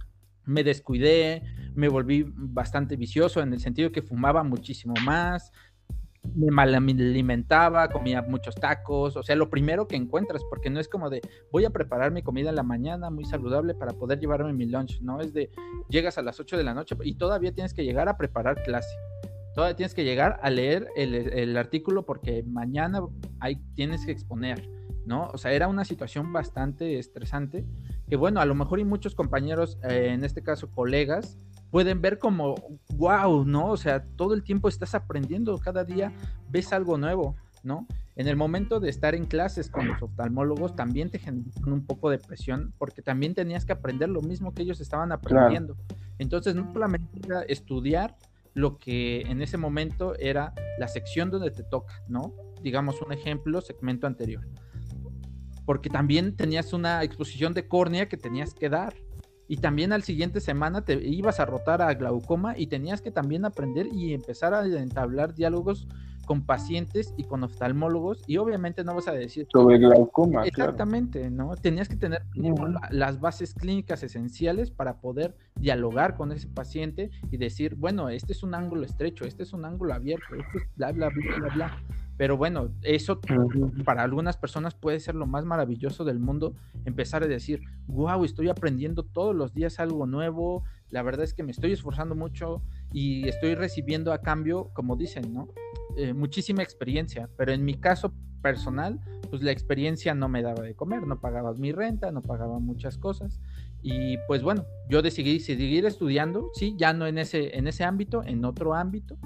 descuidé, me volví bastante vicioso en el sentido que fumaba muchísimo más, me malalimentaba, comía muchos tacos, o sea, lo primero que encuentras, porque no es como de voy a preparar mi comida en la mañana muy saludable para poder llevarme mi lunch, no, es de llegas a las 8 de la noche y todavía tienes que llegar a preparar clase, todavía tienes que llegar a leer el artículo porque mañana tienes que exponer, ¿no? O sea, era una situación bastante estresante que bueno, a lo mejor y muchos compañeros, en este caso colegas, pueden ver como, wow, ¿no? O sea, todo el tiempo estás aprendiendo, cada día ves algo nuevo, ¿no? En el momento de estar en clases con los oftalmólogos también te generan un poco de presión porque también tenías que aprender lo mismo que ellos estaban aprendiendo. Claro. Entonces, no solamente era estudiar lo que en ese momento era la sección donde te toca, ¿no? Digamos un ejemplo, segmento anterior. Porque también tenías una exposición de córnea que tenías que dar. Y también al siguiente semana te ibas a rotar a glaucoma y tenías que también aprender y empezar a entablar diálogos con pacientes y con oftalmólogos, y obviamente no vas a decir sobre glaucoma. Exactamente, claro. ¿No? Tenías que tener las bases clínicas esenciales para poder dialogar con ese paciente y decir, bueno, este es un ángulo estrecho, este es un ángulo abierto, este es bla, bla, bla, bla, bla. Pero bueno, eso para algunas personas puede ser lo más maravilloso del mundo, empezar a decir, wow, estoy aprendiendo todos los días algo nuevo, la verdad es que me estoy esforzando mucho y estoy recibiendo a cambio, como dicen, ¿no? Muchísima experiencia, pero en mi caso personal, pues la experiencia no me daba de comer, no pagaba mi renta, no pagaba muchas cosas, y pues bueno, yo decidí seguir estudiando, sí, ya no en ese ámbito, en otro ámbito.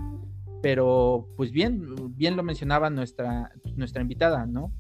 Pero pues bien lo mencionaba nuestra invitada, ¿no?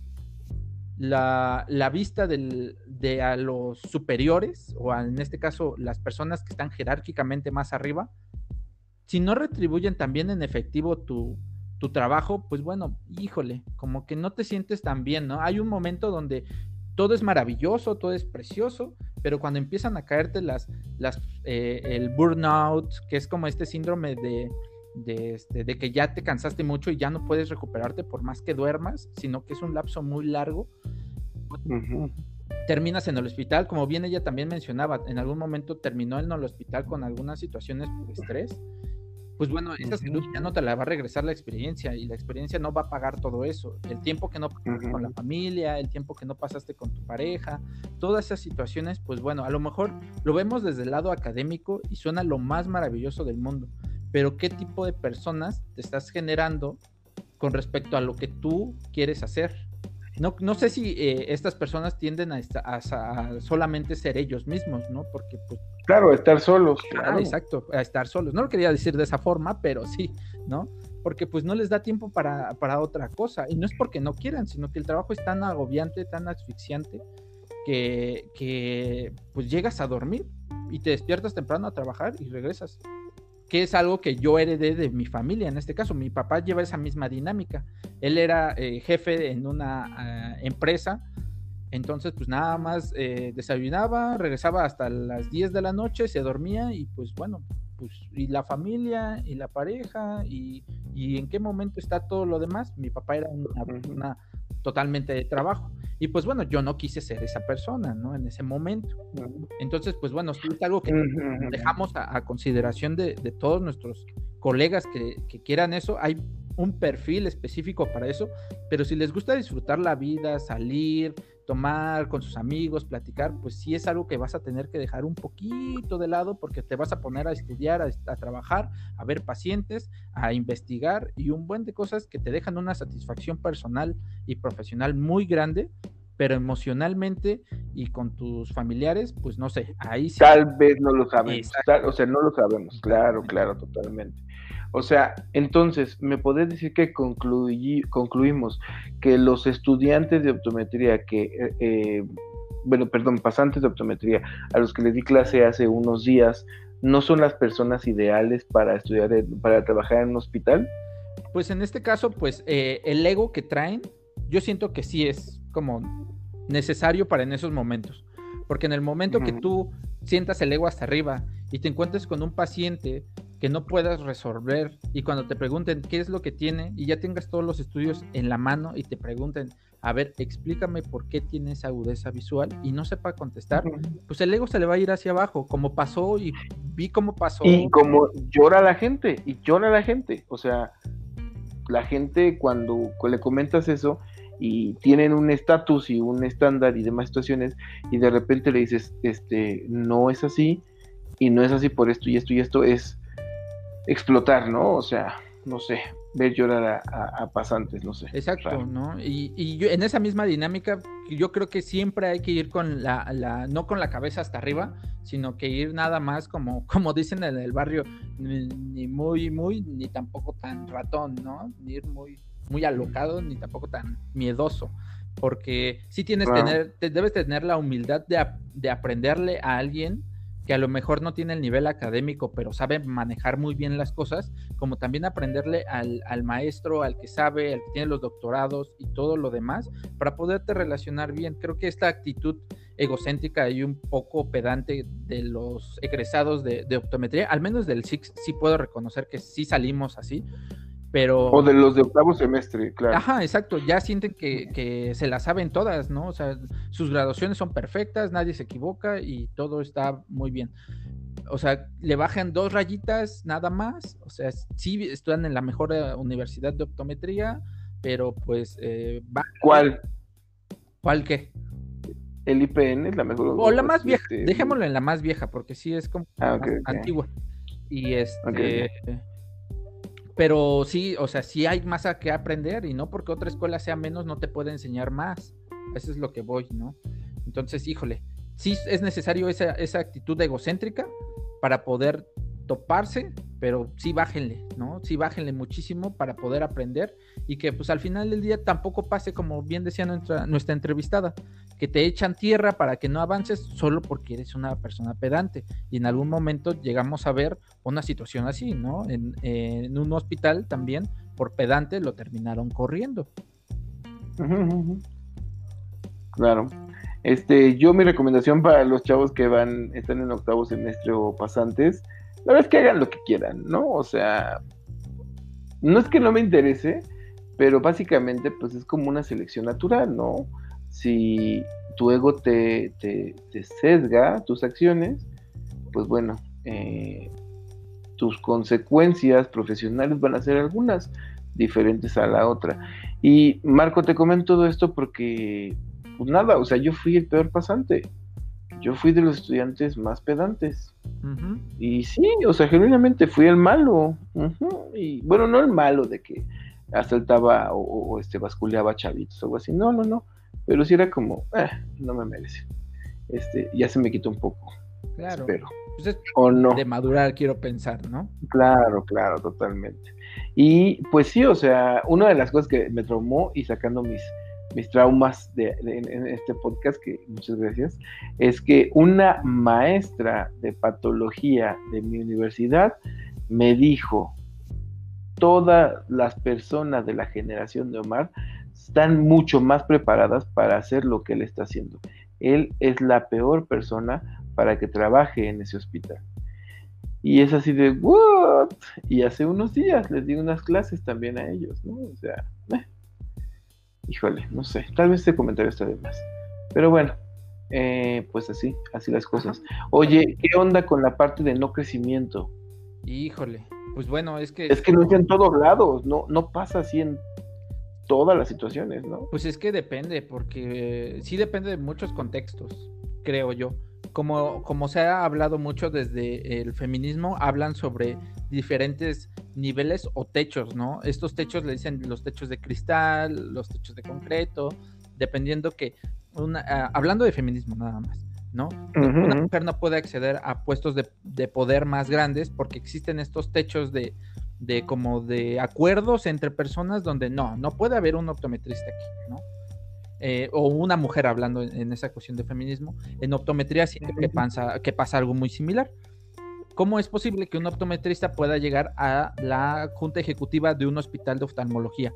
La vista de a los superiores, o en este caso las personas que están jerárquicamente más arriba, si no retribuyen también en efectivo tu trabajo, pues bueno, híjole, como que no te sientes tan bien, ¿no? Hay un momento donde todo es maravilloso, todo es precioso, pero cuando empiezan a caerte el burnout, que es como este síndrome de que ya te cansaste mucho y ya no puedes recuperarte por más que duermas, sino que es un lapso muy largo, terminas en el hospital, como bien ella también mencionaba, en algún momento terminó en el hospital con algunas situaciones de estrés, pues bueno, esa salud ya no te la va a regresar la experiencia, y la experiencia no va a pagar todo eso, el tiempo que no pasaste con la familia, el tiempo que no pasaste con tu pareja, todas esas situaciones, pues bueno, a lo mejor lo vemos desde el lado académico y suena lo más maravilloso del mundo, pero ¿qué tipo de personas te estás generando con respecto a lo que tú quieres hacer? No sé si estas personas tienden a solamente ser ellos mismos, ¿no? Porque pues... Claro, estar solos, claro. Exacto, a estar solos. No lo quería decir de esa forma, pero sí, ¿no? Porque pues no les da tiempo para otra cosa. Y no es porque no quieran, sino que el trabajo es tan agobiante, tan asfixiante, que pues llegas a dormir y te despiertas temprano a trabajar y regresas. Que es algo que yo heredé de mi familia, en este caso. Mi papá lleva esa misma dinámica. Él era jefe en una empresa, entonces pues nada más desayunaba, regresaba hasta las 10 de la noche, se dormía y pues bueno, pues y la familia y la pareja y en qué momento está todo lo demás. Mi papá era una persona totalmente de trabajo y pues bueno, yo no quise ser esa persona, ¿no? En ese momento. Entonces pues bueno, es algo que dejamos a consideración de todos nuestros colegas que quieran eso. Hay un perfil específico para eso, pero si les gusta disfrutar la vida, salir, tomar con sus amigos, platicar, pues sí es algo que vas a tener que dejar un poquito de lado, porque te vas a poner a estudiar, a trabajar, a ver pacientes, a investigar y un buen de cosas que te dejan una satisfacción personal y profesional muy grande, pero emocionalmente y con tus familiares, pues no sé, ahí sí. Tal vez no lo sabemos, o sea, no lo sabemos, claro, totalmente. O sea, entonces, ¿me podés decir que concluimos que los estudiantes de optometría pasantes de optometría, a los que les di clase hace unos días, no son las personas ideales para estudiar, para trabajar en un hospital? Pues en este caso, pues el ego que traen, yo siento que sí es como necesario para en esos momentos, porque en el momento que tú sientas el ego hasta arriba y te encuentres con un paciente que no puedas resolver y cuando te pregunten qué es lo que tiene y ya tengas todos los estudios en la mano y te pregunten, a ver, explícame por qué tiene esa agudeza visual y no sepa contestar, pues el ego se le va a ir hacia abajo, como pasó y vi cómo pasó. Y como llora la gente, o sea, la gente cuando le comentas eso y tienen un estatus y un estándar y demás situaciones y de repente le dices, no es así y no es así por esto y esto y esto, es explotar, ¿no? O sea, no sé, ver llorar a pasantes, no sé. Exacto, raro. ¿No? Y yo, en esa misma dinámica, yo creo que siempre hay que ir con no con la cabeza hasta arriba, sino que ir nada más como dicen en el barrio, ni muy, ni tampoco tan ratón, ¿no? Ni ir muy alocado, ni tampoco tan miedoso. Porque sí debes tener la humildad de aprenderle a alguien que a lo mejor no tiene el nivel académico, pero sabe manejar muy bien las cosas, como también aprenderle al maestro, al que sabe, al que tiene los doctorados y todo lo demás, para poderte relacionar bien. Creo que esta actitud egocéntrica y un poco pedante de los egresados de optometría, al menos del SIX, sí puedo reconocer que sí salimos así, pero... O de los de octavo semestre, claro. Ajá, exacto, ya sienten que se las saben todas, ¿no? O sea, sus graduaciones son perfectas, nadie se equivoca y todo está muy bien. O sea, le bajan 2 rayitas nada más, o sea, sí estudian en la mejor universidad de optometría, pero pues... ¿Cuál? ¿Cuál qué? El IPN es la mejor. O la más vieja, dejémoslo en la más vieja, porque sí es como okay. Antigua. Y pero sí, o sea, sí hay más a que aprender y no porque otra escuela sea menos no te puede enseñar más. Eso es lo que voy, ¿no? Entonces, híjole, sí es necesario esa actitud egocéntrica para poder toparse, pero sí bájenle, ¿no? Sí bájenle muchísimo para poder aprender y que pues al final del día tampoco pase como bien decía nuestra entrevistada, que te echan tierra para que no avances solo porque eres una persona pedante y en algún momento llegamos a ver una situación así, ¿no? En un hospital también por pedante lo terminaron corriendo. Claro. Yo mi recomendación para los chavos que están en octavo semestre o pasantes, la verdad es que hagan lo que quieran, ¿no? O sea, no es que no me interese, pero básicamente pues es como una selección natural, ¿no? Si tu ego te sesga tus acciones, pues bueno, tus consecuencias profesionales van a ser algunas diferentes a la otra. Y Marco, te comento todo esto porque, pues nada, o sea, yo fui el peor pasante. Yo fui de los estudiantes más pedantes. Ujú. Y sí, o sea, genuinamente fui el malo. Ujú. Y bueno, no el malo de que asaltaba o basculeaba chavitos o algo así. No, no, no. Pero sí era como, no me merece. Ya se me quitó un poco. Claro. Espero. Pues es O no. de madurar, quiero pensar, ¿no? Claro, claro, totalmente. Y pues sí, o sea, una de las cosas que me traumó y sacando mis traumas en este podcast, que muchas gracias, es que una maestra de patología de mi universidad me dijo, todas las personas de la generación de Omar están mucho más preparadas para hacer lo que él está haciendo. Él es la peor persona para que trabaje en ese hospital. Y es así de, ¿what? Y hace unos días les di unas clases también a ellos, ¿no? O sea, híjole, no sé, tal vez este comentario está de más. Pero bueno, pues así las cosas. Oye, ¿qué onda con la parte de no crecimiento? Híjole, pues bueno, es que no es en todos lados, no pasa así en todas las situaciones, ¿no? pues es que depende, porque sí depende de muchos contextos, creo yo. Como se ha hablado mucho desde el feminismo, hablan sobre diferentes niveles o techos, ¿no? Estos techos le dicen los techos de cristal, los techos de concreto, dependiendo que, hablando de feminismo nada más, ¿no? Uh-huh. Una mujer no puede acceder a puestos de poder más grandes porque existen estos techos de como de acuerdos entre personas donde no puede haber un optometrista aquí, ¿no? O una mujer hablando en esa cuestión de feminismo. En optometría siento que pasa algo muy similar. ¿Cómo es posible que un optometrista pueda llegar a la junta ejecutiva de un hospital de oftalmología?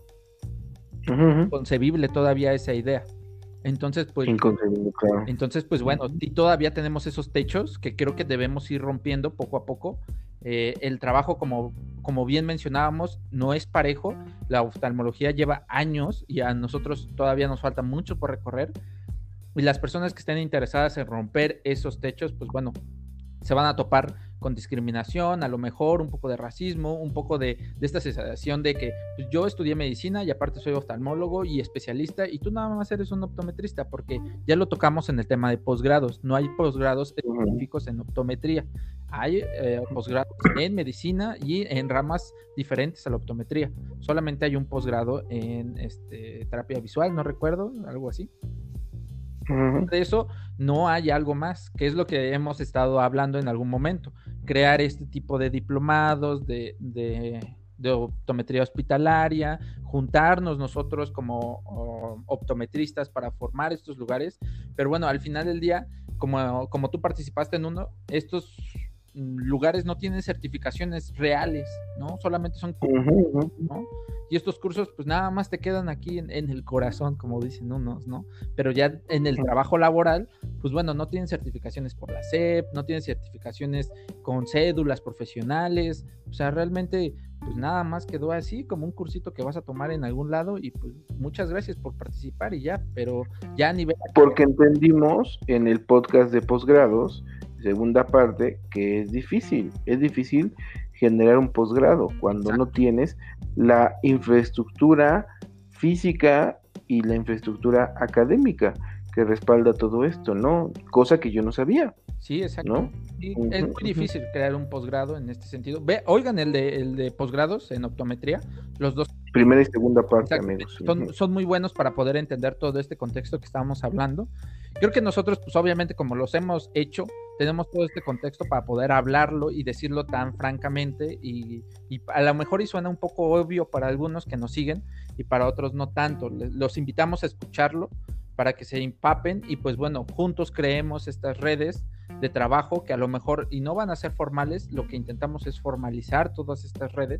Uh-huh. Inconcebible todavía esa idea. Entonces, pues, claro. Entonces, pues bueno, y todavía tenemos esos techos que creo que debemos ir rompiendo poco a poco. El trabajo, como bien mencionábamos, no es parejo. La oftalmología lleva años y a nosotros todavía nos falta mucho por recorrer. Y las personas que estén interesadas en romper esos techos, pues bueno, se van a topar con discriminación, a lo mejor un poco de racismo, un poco de esta sensación de que pues, yo estudié medicina y aparte soy oftalmólogo y especialista y tú nada más eres un optometrista, porque ya lo tocamos en el tema de posgrados. No hay posgrados específicos en optometría. Hay posgrados en medicina y en ramas diferentes a la optometría. Solamente hay un posgrado en terapia visual, no recuerdo, algo así. De eso no hay algo más, que es lo que hemos estado hablando en algún momento, crear este tipo de diplomados de optometría hospitalaria, juntarnos nosotros como optometristas para formar estos lugares, pero bueno, al final del día, como tú participaste en uno, estos lugares no tienen certificaciones reales, ¿no? Solamente son cursos, ¿no? Y estos cursos pues nada más te quedan aquí en el corazón, como dicen unos, ¿no? Pero ya en el trabajo laboral, pues bueno, no tienen certificaciones por la SEP, no tienen certificaciones con cédulas profesionales, o sea, realmente pues nada más quedó así como un cursito que vas a tomar en algún lado y pues muchas gracias por participar y ya, pero ya a nivel... Porque entendimos en el podcast de posgrados, segunda parte, que es difícil generar un posgrado cuando no tienes la infraestructura física y la infraestructura académica que respalda todo esto, ¿no? Cosa que yo no sabía. Sí, exacto. ¿No? Sí, es muy difícil crear un posgrado en este sentido. Oigan el de posgrados en optometría, los dos. Primera y segunda parte, amigos. Son muy buenos para poder entender todo este contexto que estábamos hablando. Creo que nosotros, pues obviamente, como los hemos hecho, tenemos todo este contexto para poder hablarlo y decirlo tan francamente y a lo mejor y suena un poco obvio para algunos que nos siguen y para otros no tanto. Los invitamos a escucharlo para que se empapen y pues bueno, juntos creemos estas redes de trabajo que a lo mejor y no van a ser formales, lo que intentamos es formalizar todas estas redes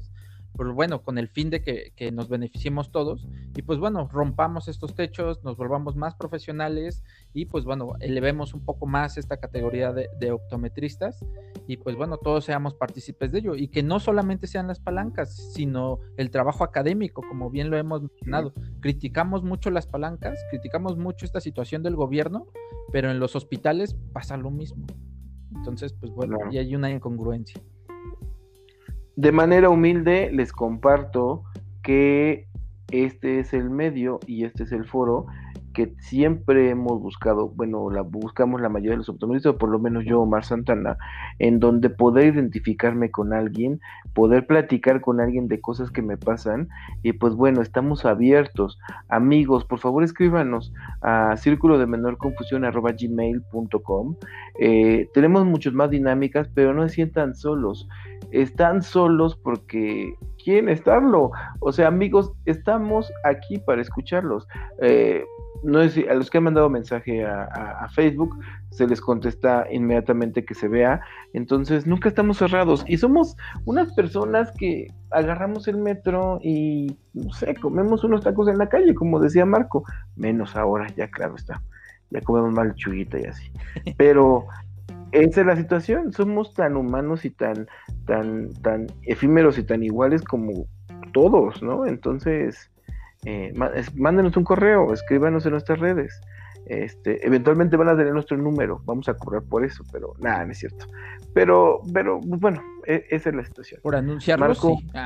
pues bueno, con el fin de que nos beneficiemos todos y pues bueno, rompamos estos techos, nos volvamos más profesionales y pues bueno, elevemos un poco más esta categoría de optometristas y pues bueno, todos seamos partícipes de ello y que no solamente sean las palancas, sino el trabajo académico, como bien lo hemos mencionado. Criticamos mucho las palancas, criticamos mucho esta situación del gobierno, pero en los hospitales pasa lo mismo. Entonces, pues bueno, Claro. y hay una incongruencia. De manera humilde les comparto que este es el medio y este es el foro que siempre hemos buscado, bueno, buscamos la mayoría de los optometristas, o por lo menos yo, Omar Santana, en donde poder identificarme con alguien, poder platicar con alguien de cosas que me pasan, y pues bueno, estamos abiertos. Amigos, por favor escríbanos a círculo de menor confusión @gmail.com. Tenemos muchas más dinámicas, pero no se sientan solos. Están solos porque quieren estarlo. O sea, amigos, estamos aquí para escucharlos. No sé si a los que han mandado mensaje a Facebook se les contesta inmediatamente que se vea. Entonces nunca estamos cerrados y somos unas personas que agarramos el metro y no sé, comemos unos tacos en la calle, como decía Marco, menos ahora, ya claro está, ya comemos más lechuguita y así, pero esa es la situación. Somos tan humanos y tan efímeros y tan iguales como todos, ¿no? Entonces mándenos un correo, escríbanos en nuestras redes. Eventualmente van a tener nuestro número, vamos a cobrar por eso, pero nada, no es cierto. Pero bueno, esa es la situación. Por anunciarlo, Marco, sí.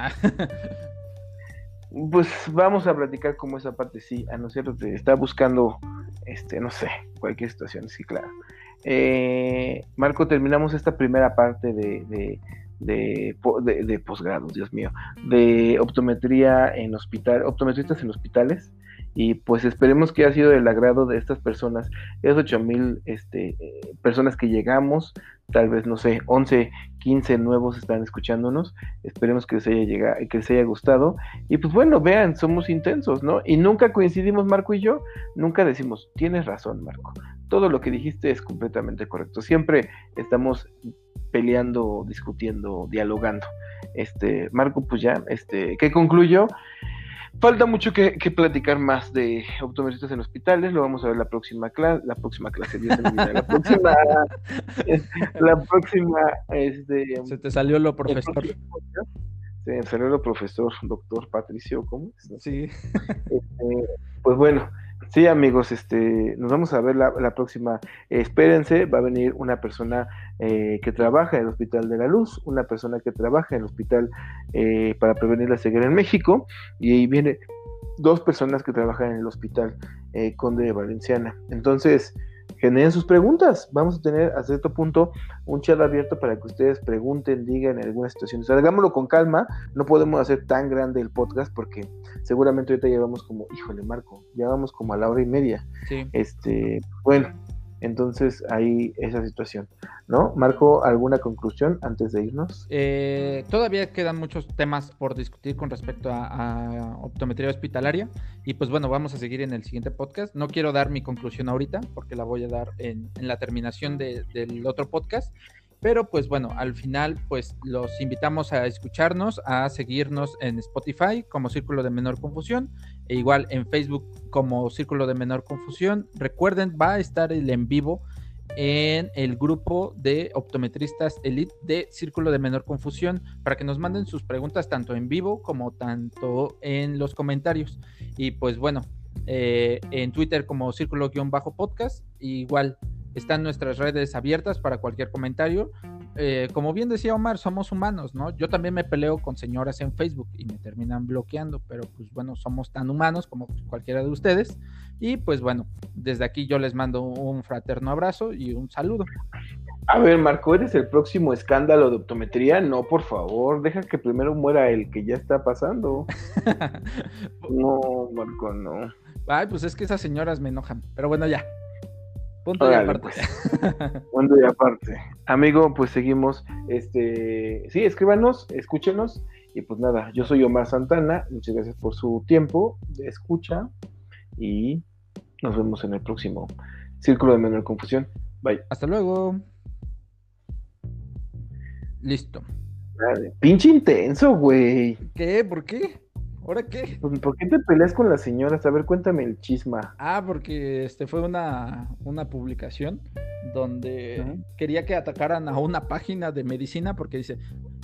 pues vamos a platicar como esa parte, sí, anunciarlo, está buscando, no sé, cualquier situación, sí, claro. Marco, terminamos esta primera parte de posgrados, Dios mío, de optometría en hospital, optometristas en hospitales, y pues esperemos que haya sido del agrado de estas personas, esas 8,000 personas que llegamos, tal vez, no sé, 11, 15 nuevos están escuchándonos, esperemos que les haya gustado, y pues bueno, vean, somos intensos, ¿no? Y nunca coincidimos Marco y yo, nunca decimos, tienes razón Marco, todo lo que dijiste es completamente correcto, siempre estamos peleando, discutiendo, dialogando. Marco, pues ya, ¿qué concluyó? Falta mucho que platicar más de optometristas en hospitales, lo vamos a ver la próxima clase, Dios de mi vida, la próxima, Se te salió lo profesor. Se me salió lo profesor, doctor Patricio, ¿cómo es? No sé. Sí. Pues bueno, sí amigos, nos vamos a ver la próxima. Espérense, va a venir una persona que trabaja en el Hospital de la Luz, una persona que trabaja en el Hospital para prevenir la ceguera en México, y ahí viene 2 personas que trabajan en el Hospital Conde de Valenciana. Entonces, generen sus preguntas. Vamos a tener a cierto punto un chat abierto para que ustedes pregunten, digan en algunas situaciones. O sea, hagámoslo con calma, no podemos hacer tan grande el podcast porque seguramente ahorita llevamos como, híjole Marco, llevamos como a la 1:30. Sí. Bueno, entonces ahí esa situación, ¿no? Marco, ¿alguna conclusión antes de irnos? Todavía quedan muchos temas por discutir con respecto a optometría hospitalaria y pues bueno, vamos a seguir en el siguiente podcast. No quiero dar mi conclusión ahorita porque la voy a dar en la terminación del otro podcast, pero pues bueno, al final pues los invitamos a escucharnos, a seguirnos en Spotify como Círculo de Menor Confusión e igual en Facebook como Círculo de Menor Confusión. Recuerden, va a estar el en vivo en el grupo de optometristas elite de Círculo de Menor Confusión para que nos manden sus preguntas tanto en vivo como tanto en los comentarios. Y pues bueno, en Twitter como Círculo-podcast, igual están nuestras redes abiertas para cualquier comentario. Como bien decía Omar, somos humanos, ¿no? Yo también me peleo con señoras en Facebook y me terminan bloqueando, pero pues bueno, somos tan humanos como cualquiera de ustedes. Y pues bueno, desde aquí yo les mando un fraterno abrazo y un saludo. A ver, Marco, ¿eres el próximo escándalo de optometría? No, por favor, deja que primero muera el que ya está pasando. No, Marco, no. Ay, pues es que esas señoras me enojan, pero bueno, ya. Punto Órale, y aparte. Pues. Punto y aparte. Amigo, pues seguimos. Sí, escríbanos, escúchenos. Y pues nada, yo soy Omar Santana. Muchas gracias por su tiempo de escucha. Y nos vemos en el próximo Círculo de Menor Confusión. Bye. Hasta luego. Listo. Pinche intenso, güey. ¿Qué? ¿Por qué? ¿Ahora qué? ¿Por qué te peleas con las señoras? A ver, cuéntame el chisma. Porque fue una publicación donde Ujú. quería que atacaran a una página de medicina porque dice,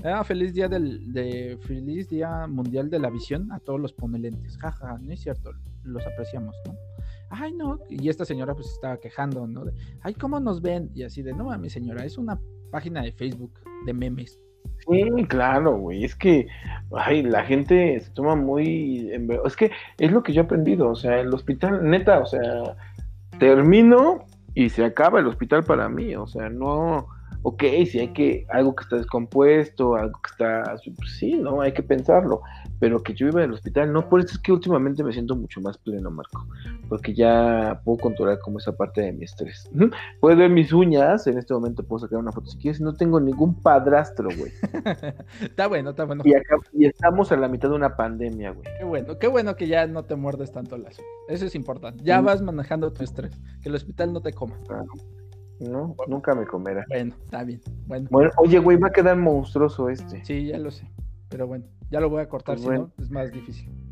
feliz día mundial de la visión a todos los pomelentes. Jaja, no es cierto, los apreciamos, ¿no? Ay, no, y esta señora pues estaba quejando, ¿no? Ay, ¿cómo nos ven? Y así de, no mames, señora, es una página de Facebook de memes. Sí, claro, güey. Es que, ay, la gente se toma muy... Es que es lo que yo he aprendido. O sea, el hospital, neta, o sea, termino y se acaba el hospital para mí. O sea, no... Ok, si hay algo que está descompuesto, algo que está... Pues sí, ¿no? Hay que pensarlo. Pero que yo iba al hospital, no. Por eso es que últimamente me siento mucho más pleno, Marco. Porque ya puedo controlar como esa parte de mi estrés. Ujú. Puedes ver mis uñas. En este momento puedo sacar una foto si quieres. No tengo ningún padrastro, güey. Está bueno, está bueno. Y estamos a la mitad de una pandemia, güey. Qué bueno que ya no te muerdes tanto las uñas. Eso es importante. Ya vas manejando tu estrés. Que el hospital no te coma. No, nunca me comerá. Bueno, está bien. Bueno, Oye, güey, va a quedar monstruoso este. sí, ya lo sé. Pero bueno, ya lo voy a cortar, Pues si bueno. no, es más difícil.